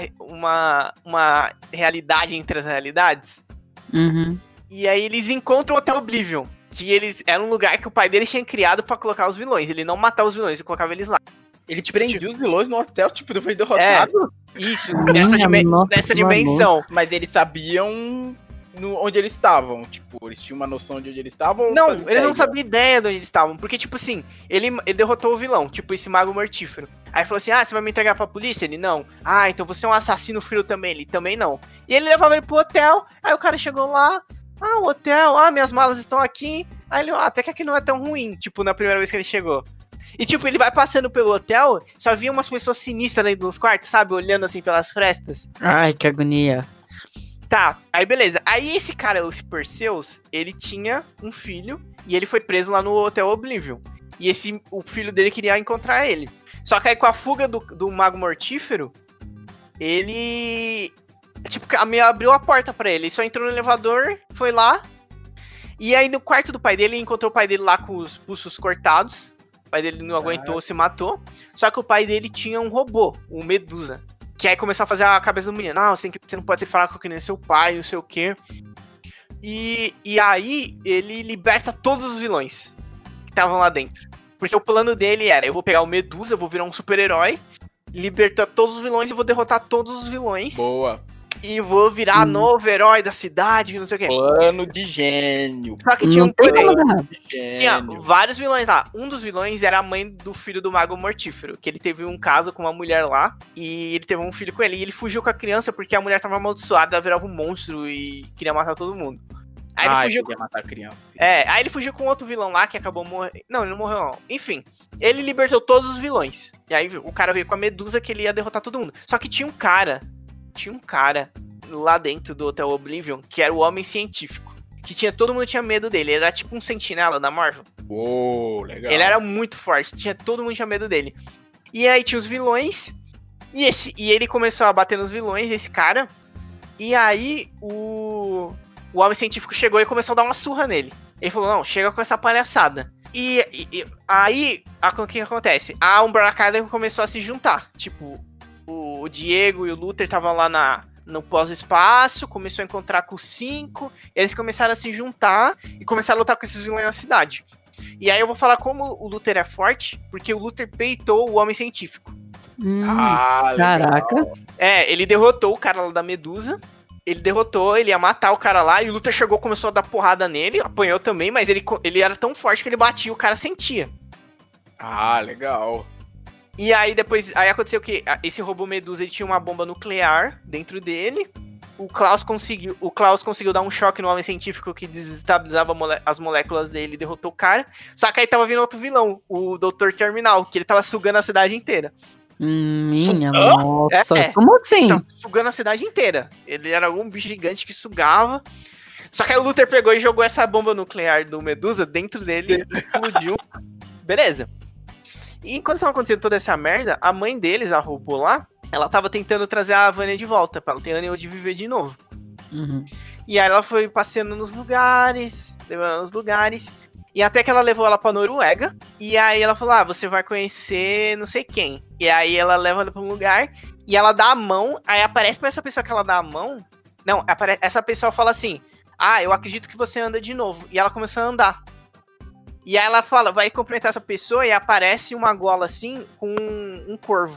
uma realidade entre as realidades. Uhum. E aí eles encontram o Hotel Oblivion. Que era um lugar que o pai dele tinha criado pra colocar os vilões. Ele não matava os vilões, ele colocava eles lá. Ele prendia os vilões no hotel, tipo, depois de derrotado. Isso, nessa dimensão. Mas eles sabiam onde eles estavam. Tipo, eles tinham uma noção de onde eles estavam? Não, eles não sabiam ideia de onde eles estavam. Porque, tipo assim, ele derrotou o vilão, tipo esse Mago Mortífero. Aí falou assim, você vai me entregar pra polícia? Ele, não. Então você é um assassino frio também? Ele, também não. E ele levava ele pro hotel, aí o cara chegou lá... o hotel, minhas malas estão aqui. Aí ele, até que aqui não é tão ruim, tipo, na primeira vez que ele chegou. E, tipo, ele vai passando pelo hotel, só via umas pessoas sinistras dentro dos quartos, sabe? Olhando, assim, pelas frestas. Ai, que agonia. Tá, aí beleza. Aí esse cara, o Perseus, ele tinha um filho, e ele foi preso lá no Hotel Oblivion. E o filho dele queria encontrar ele. Só que aí, com a fuga do Mago Mortífero, ele... Tipo, abriu a porta pra ele. Ele só entrou no elevador, foi lá. E aí no quarto do pai dele, ele encontrou o pai dele lá com os pulsos cortados. O pai dele não aguentou, se matou. Só que o pai dele tinha um robô, o Medusa. Que aí começou a fazer a cabeça do menino. Não, você não pode ser fraco que nem seu pai, não sei o quê. E aí ele liberta todos os vilões que estavam lá dentro. Porque o plano dele era, eu vou pegar o Medusa, eu vou virar um super-herói, libertar todos os vilões e vou derrotar todos os vilões. Boa. E vou virar novo herói da cidade, não sei o quê. Plano de gênio. Só que tinha tinha Gênio. vários vilões lá. Um dos vilões era a mãe do filho do Mago Mortífero, que ele teve um caso com uma mulher lá, e ele teve um filho com ele, e ele fugiu com a criança porque a mulher tava amaldiçoada, ela virava um monstro e queria matar todo mundo. Aí ele fugiu queria matar a criança. aí ele fugiu com outro vilão lá, que acabou morrendo. Não, ele não morreu não. Enfim, ele libertou todos os vilões. E aí o cara veio com a Medusa que ele ia derrotar todo mundo. Só que tinha um cara lá dentro do Hotel Oblivion, que era o Homem Científico. Que todo mundo tinha medo dele. Ele era tipo um sentinela da Marvel. Legal. Ele era muito forte, todo mundo tinha medo dele. E aí tinha os vilões, e ele começou a bater nos vilões, esse cara. E aí o Homem Científico chegou e começou a dar uma surra nele. Ele falou, não, chega com essa palhaçada. E aí, o que acontece? A Umbrella Academy começou a se juntar. Tipo, o Diego e o Luther estavam lá no pós-espaço, começou a encontrar com os 5, eles começaram a se juntar e começaram a lutar com esses vilões na cidade. E aí eu vou falar como o Luther é forte, porque o Luther peitou o Homem Científico. Caraca. Ele derrotou o cara lá da Medusa, ele derrotou, ele ia matar o cara lá, e o Luther chegou, começou a dar porrada nele, apanhou também, mas ele era tão forte que ele batia e o cara sentia. Ah, legal. E aí depois, aí aconteceu que esse robô Medusa, ele tinha uma bomba nuclear dentro dele. O Klaus conseguiu dar um choque no homem científico que desestabilizava as moléculas dele e derrotou o cara. Só que aí tava vindo outro vilão, o Dr. Terminal, que ele tava sugando a cidade inteira. Minha nossa, como assim? Tava sugando a cidade inteira. Ele era um bicho gigante que sugava. Só que aí o Luther pegou e jogou essa bomba nuclear do Medusa dentro dele, explodiu. Beleza. E enquanto tava acontecendo toda essa merda, a mãe deles, a robô lá, ela tava tentando trazer a Vânia de volta, pra ela ter ânimo de viver de novo. Uhum. E aí ela foi passeando nos lugares, levando nos lugares, e até que ela levou ela pra Noruega, e aí ela falou, você vai conhecer não sei quem. E aí ela leva ela pra um lugar, e ela dá a mão, aí aparece pra essa pessoa que ela dá a mão, não, essa pessoa fala assim, eu acredito que você anda de novo, e ela começa a andar. E aí ela fala, vai cumprimentar essa pessoa, e aparece uma gola assim, com um corvo.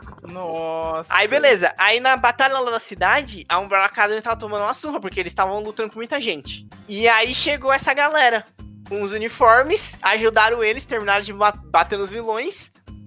Nossa. Aí beleza, aí na batalha lá da cidade, a Umbrella Academy tava tomando uma surra, porque eles estavam lutando com muita gente. E aí chegou essa galera, com os uniformes, ajudaram eles, terminaram de bater nos vilões.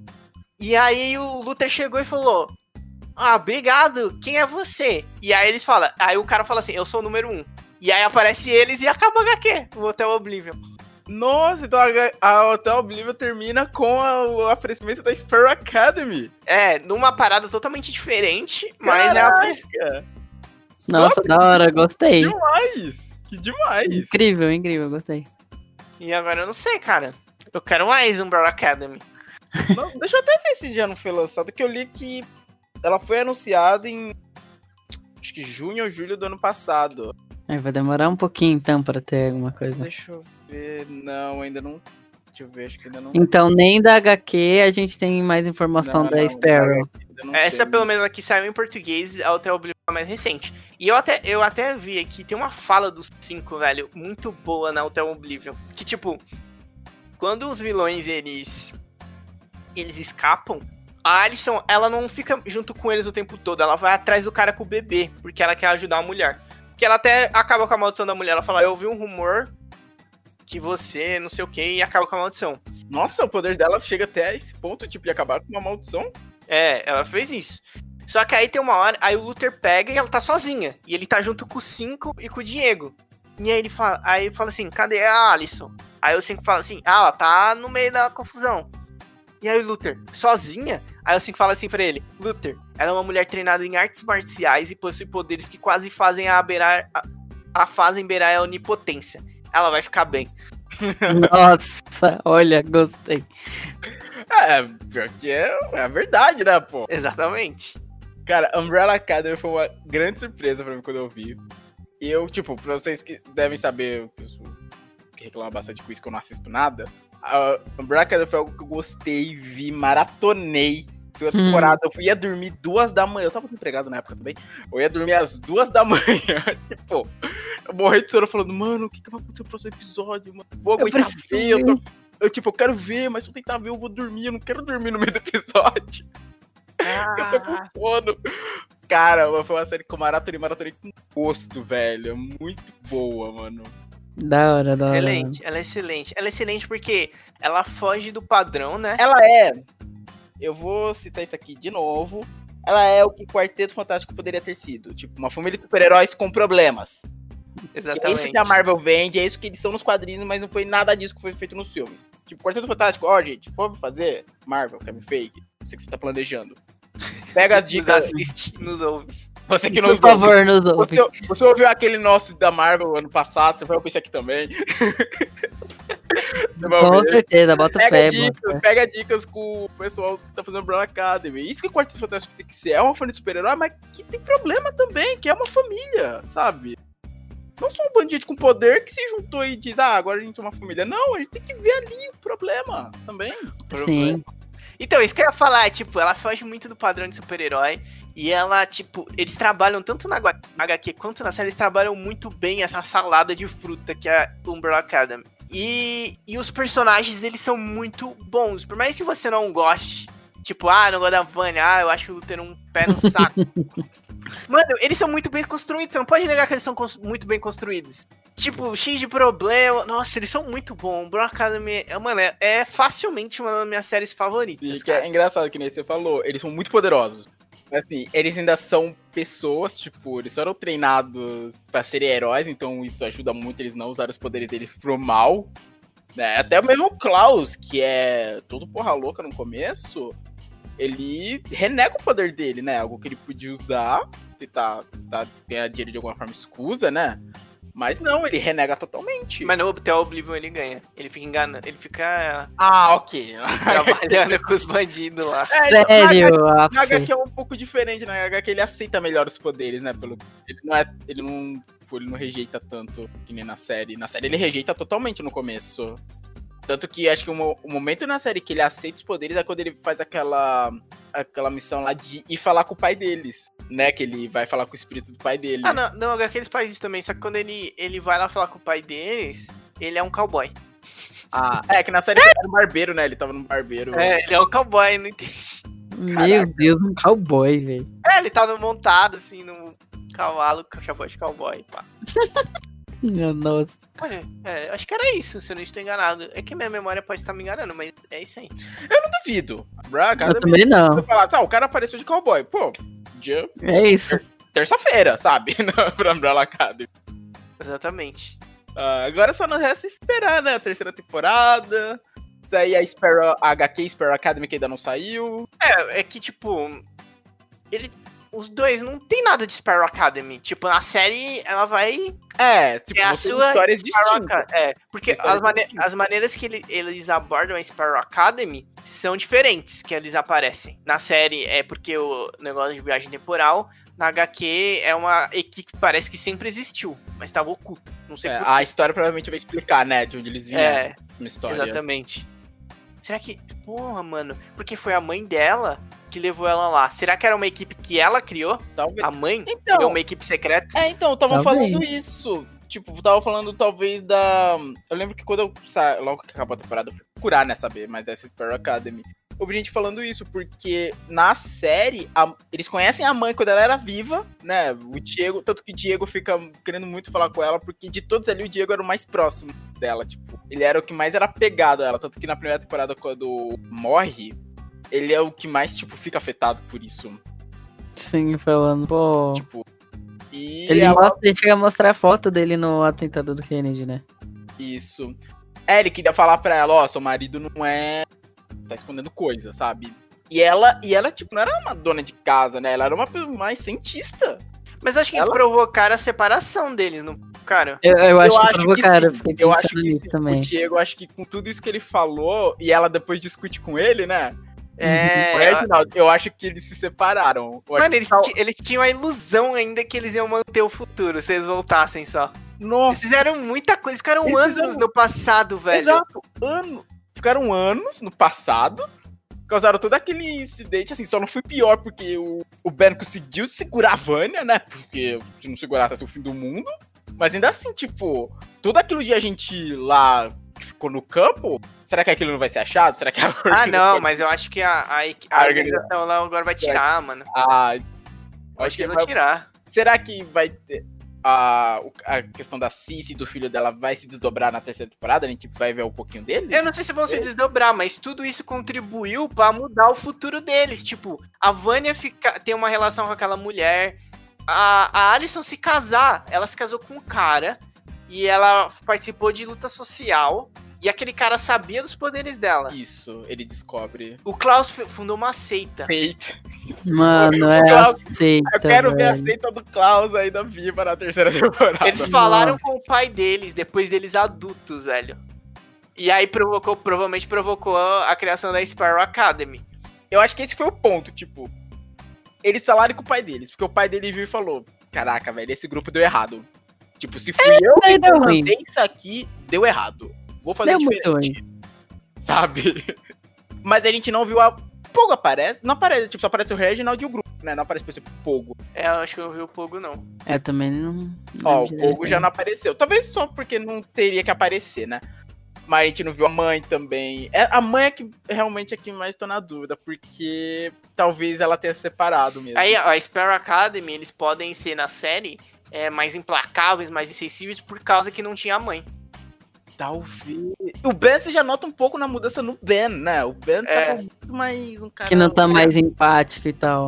E aí o Luther chegou e falou, obrigado, quem é você? E aí eles falam, aí o cara fala assim, eu sou o número 1. E aí aparece eles e acaba o HQ, o Hotel Oblivion. Nossa, então a Hotel Oblivion termina com o aparecimento da Sparrow Academy. Numa parada totalmente diferente, mas Caraca. Nossa, da hora, gostei. Que demais. Incrível, gostei. E agora eu não sei, cara. Eu quero mais Umbrella Academy. Não, deixa eu até ver se já não foi lançado, que eu li que ela foi anunciada em, acho que junho ou julho do ano passado. Vai demorar um pouquinho então pra ter alguma coisa. Deixa eu ver. Não, ainda não. Deixa eu ver, acho que ainda não. Então nem da HQ a gente tem mais informação da Sparrow. Essa pelo menos aqui saiu em português, a Hotel Oblivion é mais recente. E eu até vi aqui, tem uma fala dos 5, velho, muito boa na Hotel Oblivion. Que tipo, quando os vilões eles escapam, a Alyson, ela não fica junto com eles o tempo todo, ela vai atrás do cara com o bebê, porque ela quer ajudar a mulher. Que ela até acaba com a maldição da mulher. Ela fala, eu ouvi um rumor que você não sei o que, e acaba com a maldição. Nossa, o poder dela chega até esse ponto, tipo, de acabar com uma maldição? Ela fez isso. Só que aí tem uma hora, aí o Luther pega e ela tá sozinha. E ele tá junto com o 5 e com o Diego. E aí ele fala assim, cadê a Alyson? Aí o 5 fala assim, ela tá no meio da confusão. E aí o Luther, sozinha? Aí o 5 fala assim pra ele, Luther, ela é uma mulher treinada em artes marciais e possui poderes que quase fazem fazem beirar a onipotência. Ela vai ficar bem. Nossa, olha, gostei. Pior que é a verdade, né, pô? Exatamente. Cara, Umbrella Academy foi uma grande surpresa pra mim quando eu vi. E eu, tipo, pra vocês que devem saber, que reclamam bastante com isso, que eu não assisto nada, a Umbrella Academy foi algo que eu gostei, vi, maratonei. Segunda temporada, eu ia dormir 2 da manhã. Eu tava desempregado na época também. Eu ia dormir às 2 da manhã. Tipo, eu morri de sono falando, mano, o que vai acontecer no próximo episódio, mano? Vou aguentar ver. Eu quero ver, mas se eu tentar ver, eu vou dormir. Eu não quero dormir no meio do episódio. Eu tô com sono. Cara, foi uma série que eu maratonei com gosto, velho. É muito boa, mano. Da hora. Excelente, ela é excelente. Ela é excelente porque ela foge do padrão, né? Ela é... Eu vou citar isso aqui de novo. Ela é o que Quarteto Fantástico poderia ter sido. Tipo, uma família de super-heróis com problemas. Exatamente. É isso que a Marvel vende, é isso que eles são nos quadrinhos, mas não foi nada disso que foi feito nos filmes. Tipo, Quarteto Fantástico, gente, vamos fazer Marvel, Kevin Feige, sei que você tá planejando. Pega as dicas. Nos assiste, nos ouve. Você que nos Por favor, nos ouve. Você ouviu aquele nosso da Marvel ano passado, você vai ouvir esse aqui também. Com certeza, bota fé. Pega dicas com o pessoal que tá fazendo Umbrella Academy. Isso que o Quarteto Fantástico tem que ser. É uma família de super-herói, mas que tem problema também, que é uma família, sabe? Não só um bandido com poder que se juntou e diz, agora a gente é uma família. Não, a gente tem que ver ali o problema também. Sim. Então, isso que eu ia falar, tipo, ela foge muito do padrão de super-herói. E ela, tipo, eles trabalham tanto na HQ quanto na série, eles trabalham muito bem essa salada de fruta que é a Umbrella Academy. E os personagens, eles são muito bons. Por mais que você não goste, tipo, não gosto da Vânia, eu acho o Luther um pé no saco. Mano, eles são muito bem construídos. Você não pode negar que eles são muito bem construídos. Tipo, cheio de problema. Nossa, eles são muito bons. Bro Academy, mano, é facilmente uma das minhas séries favoritas. Que é engraçado, que nem você falou. Eles são muito poderosos. Assim, eles ainda são pessoas, tipo, eles foram treinados pra serem heróis, então isso ajuda muito eles não usarem os poderes deles pro mal. Né? Até mesmo o Klaus, que é todo porra louca no começo, ele renega o poder dele, né? Algo que ele podia usar, tentar ganhar dinheiro de alguma forma escusa, né? Mas não, ele renega totalmente. Mas no Hotel Oblivion ele ganha. Ele fica enganando, ele fica Ok. trabalhando com os bandidos lá. Sério? Na HQ é um pouco diferente, na HQ ele aceita melhor os poderes, né? Ele não rejeita tanto que nem na série. Na série ele rejeita totalmente no começo. Tanto que acho que o momento na série que ele aceita os poderes é quando ele faz aquela missão lá de ir falar com o pai deles, né? Que ele vai falar com o espírito do pai dele. Ah, não, HQ eles fazem isso também, só que quando ele vai lá falar com o pai deles, ele é um cowboy. Ah, que na série ele era um barbeiro, né? Ele tava num barbeiro. É, ele é um cowboy, não entendi. Meu Deus, um cowboy, velho. É, ele tava montado, assim, num cavalo, com chapéu de cowboy, pá. Nossa. Olha, acho que era isso, se eu não estou enganado. É que minha memória pode estar me enganando, mas é isso aí. Eu não duvido. Eu também não. Falar, o cara apareceu de cowboy. Pô, dia... É isso. Terça-feira, sabe? Pra Umbrella Academy. Exatamente. Agora só não resta esperar, né? A terceira temporada. Sair a HQ Sparrow Academy, que ainda não saiu. É que, tipo... Os dois não tem nada de Sparrow Academy. Tipo, na série, ela vai... Tipo, a sua histórias Sparrow distintas. Porque as maneiras que eles abordam a Sparrow Academy são diferentes que eles aparecem. Na série é porque o negócio de viagem temporal, na HQ é uma equipe que parece que sempre existiu, mas estava oculta. Não sei por A história provavelmente vai explicar, né, de onde eles vieram na história. Exatamente. Será que... Porra, mano. Porque foi a mãe dela que levou ela lá. Será que era uma equipe que ela criou? Talvez. A mãe? Então, criou uma equipe secreta? Então, tava falando isso. Tipo, tava falando talvez da... Eu lembro que quando eu logo que acabou a temporada, eu fui procurar, né, saber mais dessa Sparrow Academy. Eu vi gente falando isso, porque na série, eles conhecem a mãe quando ela era viva, né? O Diego, tanto que o Diego fica querendo muito falar com ela, porque de todos ali, o Diego era o mais próximo dela, tipo. Ele era o que mais era apegado a ela, tanto que na primeira temporada, quando morre, ele é o que mais, tipo, fica afetado por isso. Sim, falando, pô... Tipo, e ele chega a mostrar a foto dele no atentado do Kennedy, né? Isso. Ele queria falar pra ela, seu marido não é... tá escondendo coisa, sabe? E ela, tipo, não era uma dona de casa, né? Ela era uma mais cientista. Mas acho que eles provocaram a separação deles, não, cara? Eu acho que provocaram, eu acho que nisso também. O Diego, acho que com tudo isso que ele falou, e ela depois discute com ele, né? Eu acho que eles se separaram. Mano, eles tinham a ilusão ainda que eles iam manter o futuro, se eles voltassem só. Nossa. Eles fizeram muita coisa, ficaram anos no passado, velho. Exato, ficaram anos no passado, causaram todo aquele incidente, assim, só não foi pior porque o Ben conseguiu segurar a Vanya, né, porque se não segurasse ia ser o fim do mundo, mas ainda assim, tipo, tudo aquilo de a gente lá que ficou no campo, será que aquilo não vai ser achado? Será que não, mas eu acho que a organização lá agora vai tirar, mano. Acho que eles vão tirar. Será que vai ter... A questão da Cici e do filho dela vai se desdobrar na terceira temporada? A gente vai ver um pouquinho deles? Eu não sei se vão se desdobrar, mas tudo isso contribuiu pra mudar o futuro deles. Tipo, a Vanya tem uma relação com aquela mulher. A Alicent se casar, ela se casou com um cara e ela participou de luta social. E aquele cara sabia dos poderes dela. Isso, ele descobre. O Klaus fundou uma seita. Mano, a seita. Eu quero ver a seita do Klaus ainda viva na terceira temporada. Eles falaram com o pai deles, depois deles adultos, velho. E aí provavelmente provocou a criação da Sparrow Academy. Eu acho que esse foi o ponto, tipo... Eles falaram com o pai deles, porque o pai dele viu e falou... Caraca, velho, esse grupo deu errado. Tipo, se fui eu que mandei isso aqui, deu errado. Vou fazer diferente, sabe? Mas a gente não viu a... Pogo aparece? Não aparece, tipo, só aparece o Reginald e o grupo, né? Não aparece por exemplo o Pogo. Eu acho que eu não vi o Pogo, não. Também não... O Pogo já não apareceu. Talvez só porque não teria que aparecer, né? Mas a gente não viu a mãe também. A mãe é que realmente é que mais tô na dúvida, porque talvez ela tenha separado mesmo. Aí, a Sparrow Academy, eles podem ser na série mais implacáveis, mais insensíveis, por causa que não tinha a mãe. Talvez. O Ben, você já nota um pouco na mudança no Ben, né? O Ben tá muito mais um cara... Que não tá mais empático e tal.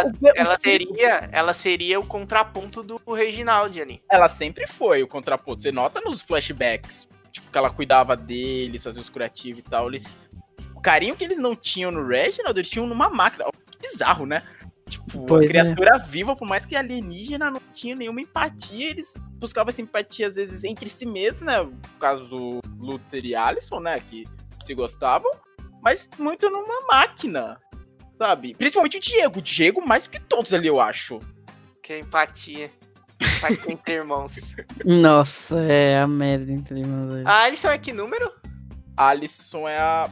Ela seria o contraponto do Reginald ali. Ela sempre foi o contraponto. Você nota nos flashbacks, tipo, que ela cuidava deles, fazia os curativos e tal. O carinho que eles não tinham no Reginald, eles tinham numa máquina. Que bizarro, né? Tipo, Pois a criatura viva, por mais que alienígena, não tinha nenhuma empatia, eles buscavam essa empatia, às vezes, entre si mesmos, né? No caso do Luther e Allison, né? Que se gostavam, mas muito numa máquina, sabe? Principalmente o Diego. O Diego mais do que todos ali, eu acho. Que empatia. Empatia entre irmãos. Nossa, é a merda entre irmãos. A Alison é que número? A Allison é a...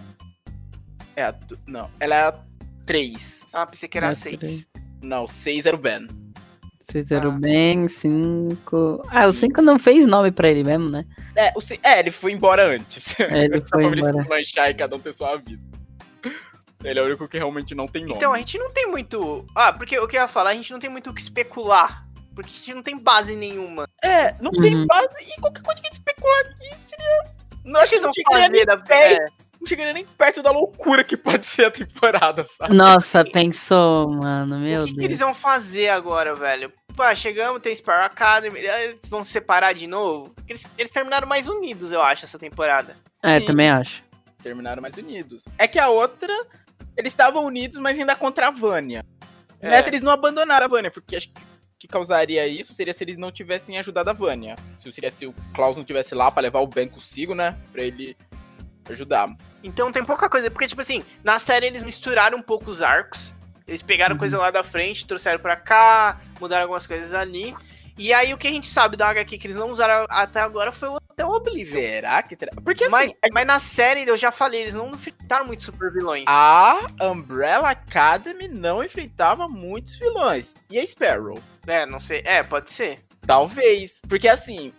Não, ela é a 3. Ah, pensei que era 6. Não, 6 era o Ben. 6 era o Ben, 5... o 5 não fez nome pra ele mesmo, né? Ele foi embora antes. Ele foi embora. Se manchar e cada um ter sua vida. Ele é o único que realmente não tem nome. Então, a gente não tem muito... porque o que eu ia falar, a gente não tem muito o que especular. Porque a gente não tem base nenhuma. Não tem base. E qualquer coisa que a gente especular aqui seria... Não acho que eles vão fazer da... Não chegaria nem perto da loucura que pode ser a temporada, sabe? Nossa, pensou, mano, meu Deus. O que eles vão fazer agora, velho? Pá, chegamos, tem Sparrow Academy, eles vão se separar de novo? Eles terminaram mais unidos, eu acho, essa temporada. Sim. Também acho. Terminaram mais unidos. É que a outra, eles estavam unidos, mas ainda contra a Vanya. Nessa eles não abandonaram a Vanya, porque acho que causaria isso seria se eles não tivessem ajudado a Vanya. Se o Klaus não tivesse lá pra levar o Ben consigo, né? Pra ele ajudar. Então tem pouca coisa, porque tipo assim, na série eles misturaram um pouco os arcos, eles pegaram coisa lá da frente, trouxeram pra cá, mudaram algumas coisas ali, e aí o que a gente sabe da HQ que eles não usaram até agora foi até o Oblivion. Será que... Porque assim... Mas na série, eu já falei, eles não enfrentaram muitos super vilões. A Umbrella Academy não enfrentava muitos vilões. E a Sparrow? Não sei, pode ser. Talvez, porque assim,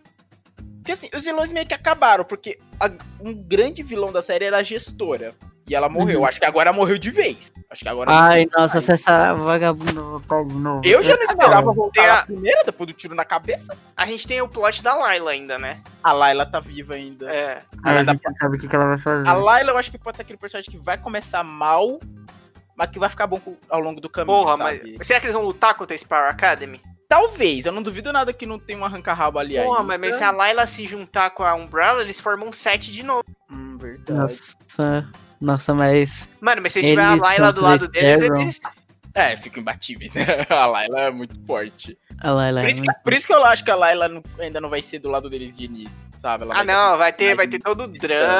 os vilões meio que acabaram, porque um grande vilão da série era a Gestora. E ela morreu. Acho que agora morreu de vez. Acho que agora. Ai, nossa, se essa vagabunda voltar de novo. Eu já não esperava voltar na primeira, depois do tiro na cabeça. A gente tem o plot da Layla ainda, né? A Layla tá viva ainda. A gente sabe o que ela vai fazer. A Layla, eu acho que pode ser aquele personagem que vai começar mal, mas que vai ficar bom ao longo do caminho. Porra, sabe? Mas será que eles vão lutar contra a Sparrow Academy? Talvez, eu não duvido nada que não tem um arranca-rabo ali ainda. Porra, mas se a Layla se juntar com a Umbrella, eles formam um set de novo. Verdade. Nossa, mas... Mano, mas se tiver a Layla do lado deles, eles... ficam imbatíveis, né? A Layla é muito forte. A Layla por isso que eu acho que a Layla ainda não vai ser do lado deles de início, sabe? Ela vai ter todo o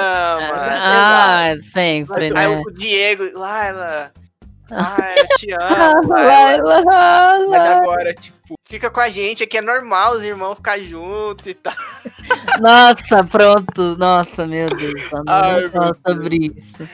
drama. Sempre, né? Aí o Diego, Layla... eu te amo, Layla. Mas agora, tipo... Fica com a gente, aqui é normal os irmãos ficar juntos e tal. Nossa, pronto. Nossa, meu Deus. Não fala sobre isso.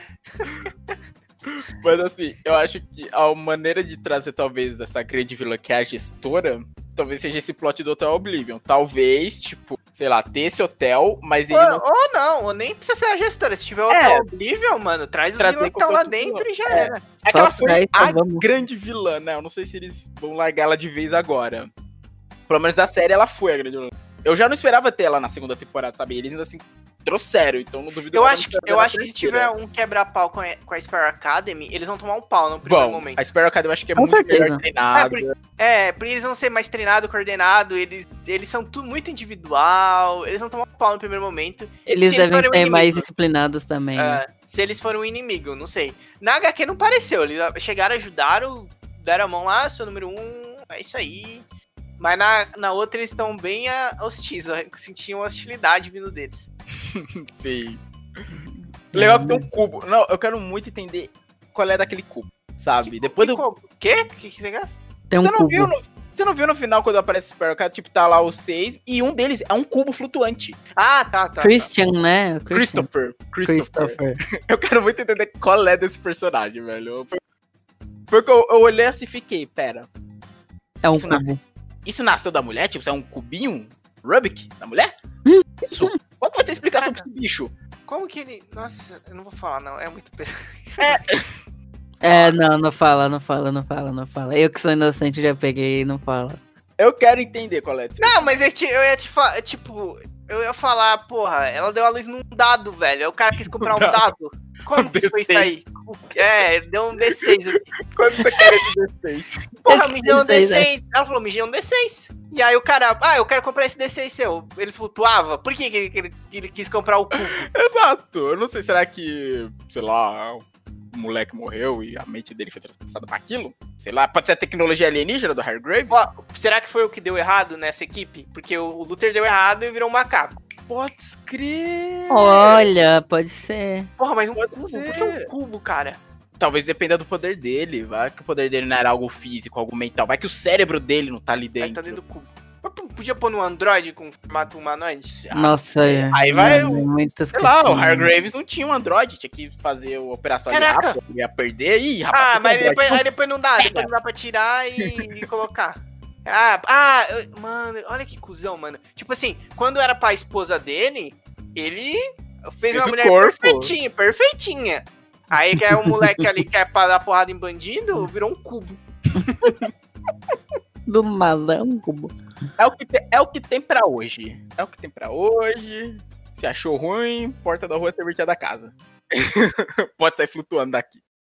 Mas assim, eu acho que a maneira de trazer talvez essa grande vilã que é a Gestora, talvez seja esse plot do Hotel Oblivion. Talvez, tipo, sei lá, ter esse hotel, mas ele ou nem precisa ser a Gestora. Se tiver o Hotel Oblivion, mano, traz os vilões que estão lá dentro e já era. É que ela foi a grande vilã, né? Eu não sei se eles vão largar ela de vez agora. Pelo menos na série ela foi a grande vilã. Eu já não esperava ter ela na segunda temporada, sabe? Eles ainda assim trouxeram, então não duvido. Eu acho que se tiver um quebra-pau com a Sparrow Academy, eles vão tomar um pau no primeiro momento. A Sparrow Academy eu acho que é muito melhor treinada. Porque eles vão ser mais treinados, coordenados, eles são tudo muito individual, eles vão tomar um pau no primeiro momento. Eles devem ser mais disciplinados também. Né? Se eles forem um inimigo, não sei. Na HQ não pareceu, eles chegaram, ajudaram, deram a mão lá, sou número 1, é isso aí. Mas na outra eles estão bem hostis, eu senti uma hostilidade vindo deles. Sim. Legal que tem um cubo. Não, eu quero muito entender qual é daquele cubo, sabe? Depois do... O quê? O que você quer? Tem um cubo. Você não viu no final quando aparece o Sparrow, tipo, tá lá os 6 e um deles é um cubo flutuante. Tá. Christian, né? Christopher. Eu quero muito entender qual é desse personagem, velho. Porque eu olhei assim e fiquei, pera. É um cubo. Isso nasceu da mulher? Tipo, isso é um cubinho? Rubik? Da mulher? Isso? Qual que vai ser a explicação pra esse bicho? como que ele... Nossa, eu não vou falar, não. É muito pesado. Não fala. Eu que sou inocente já peguei e não fala. Eu quero entender, Colette. Não, mas eu ia te falar, tipo... Eu ia falar, porra, ela deu a luz num dado, velho. Aí o cara quis comprar um dado. Como que foi isso aí? Deu um D6 aqui. Quanto você quer esse D6? Porra, me deu um D6, D6. Ela falou, me deu um D6. E aí o cara, eu quero comprar esse D6 seu. Ele flutuava? Por que ele quis comprar o cubo? Exato. Eu não sei, será que, sei lá, o moleque morreu e a mente dele foi transpassada pra aquilo? Sei lá, pode ser a tecnologia alienígena do Hargraves? Ó, será que foi o que deu errado nessa equipe? Porque o Luther deu errado e virou um macaco. Pode crer. Olha, pode ser. Porra, mas um Pode cubo? ser. Por que um cubo, cara? Talvez dependa do poder dele. Vai que o poder dele não era algo físico, algo mental. Vai que o cérebro dele não tá ali Aí dentro. tá dentro do cubo. Mas podia pôr no Android com formato humanoide? Nossa, Aí vai muitas Sei lá, o questões. Hargraves não tinha um Android, tinha que fazer a operação ali Caraca. rápido, ia perder. Ih, rapaz, Mas esse Android aí depois não dá. Depois não dá pra tirar e colocar. Mano, olha que cuzão, mano. Tipo assim, quando era pra esposa dele, ele fez uma o mulher corpo. perfeitinha. Aí que é um moleque ali que quer dar porrada em bandido, virou um cubo. Do malandro. É o que tem pra hoje. É o que tem pra hoje. Se achou ruim, porta da rua é serventia da casa. Pode sair flutuando daqui.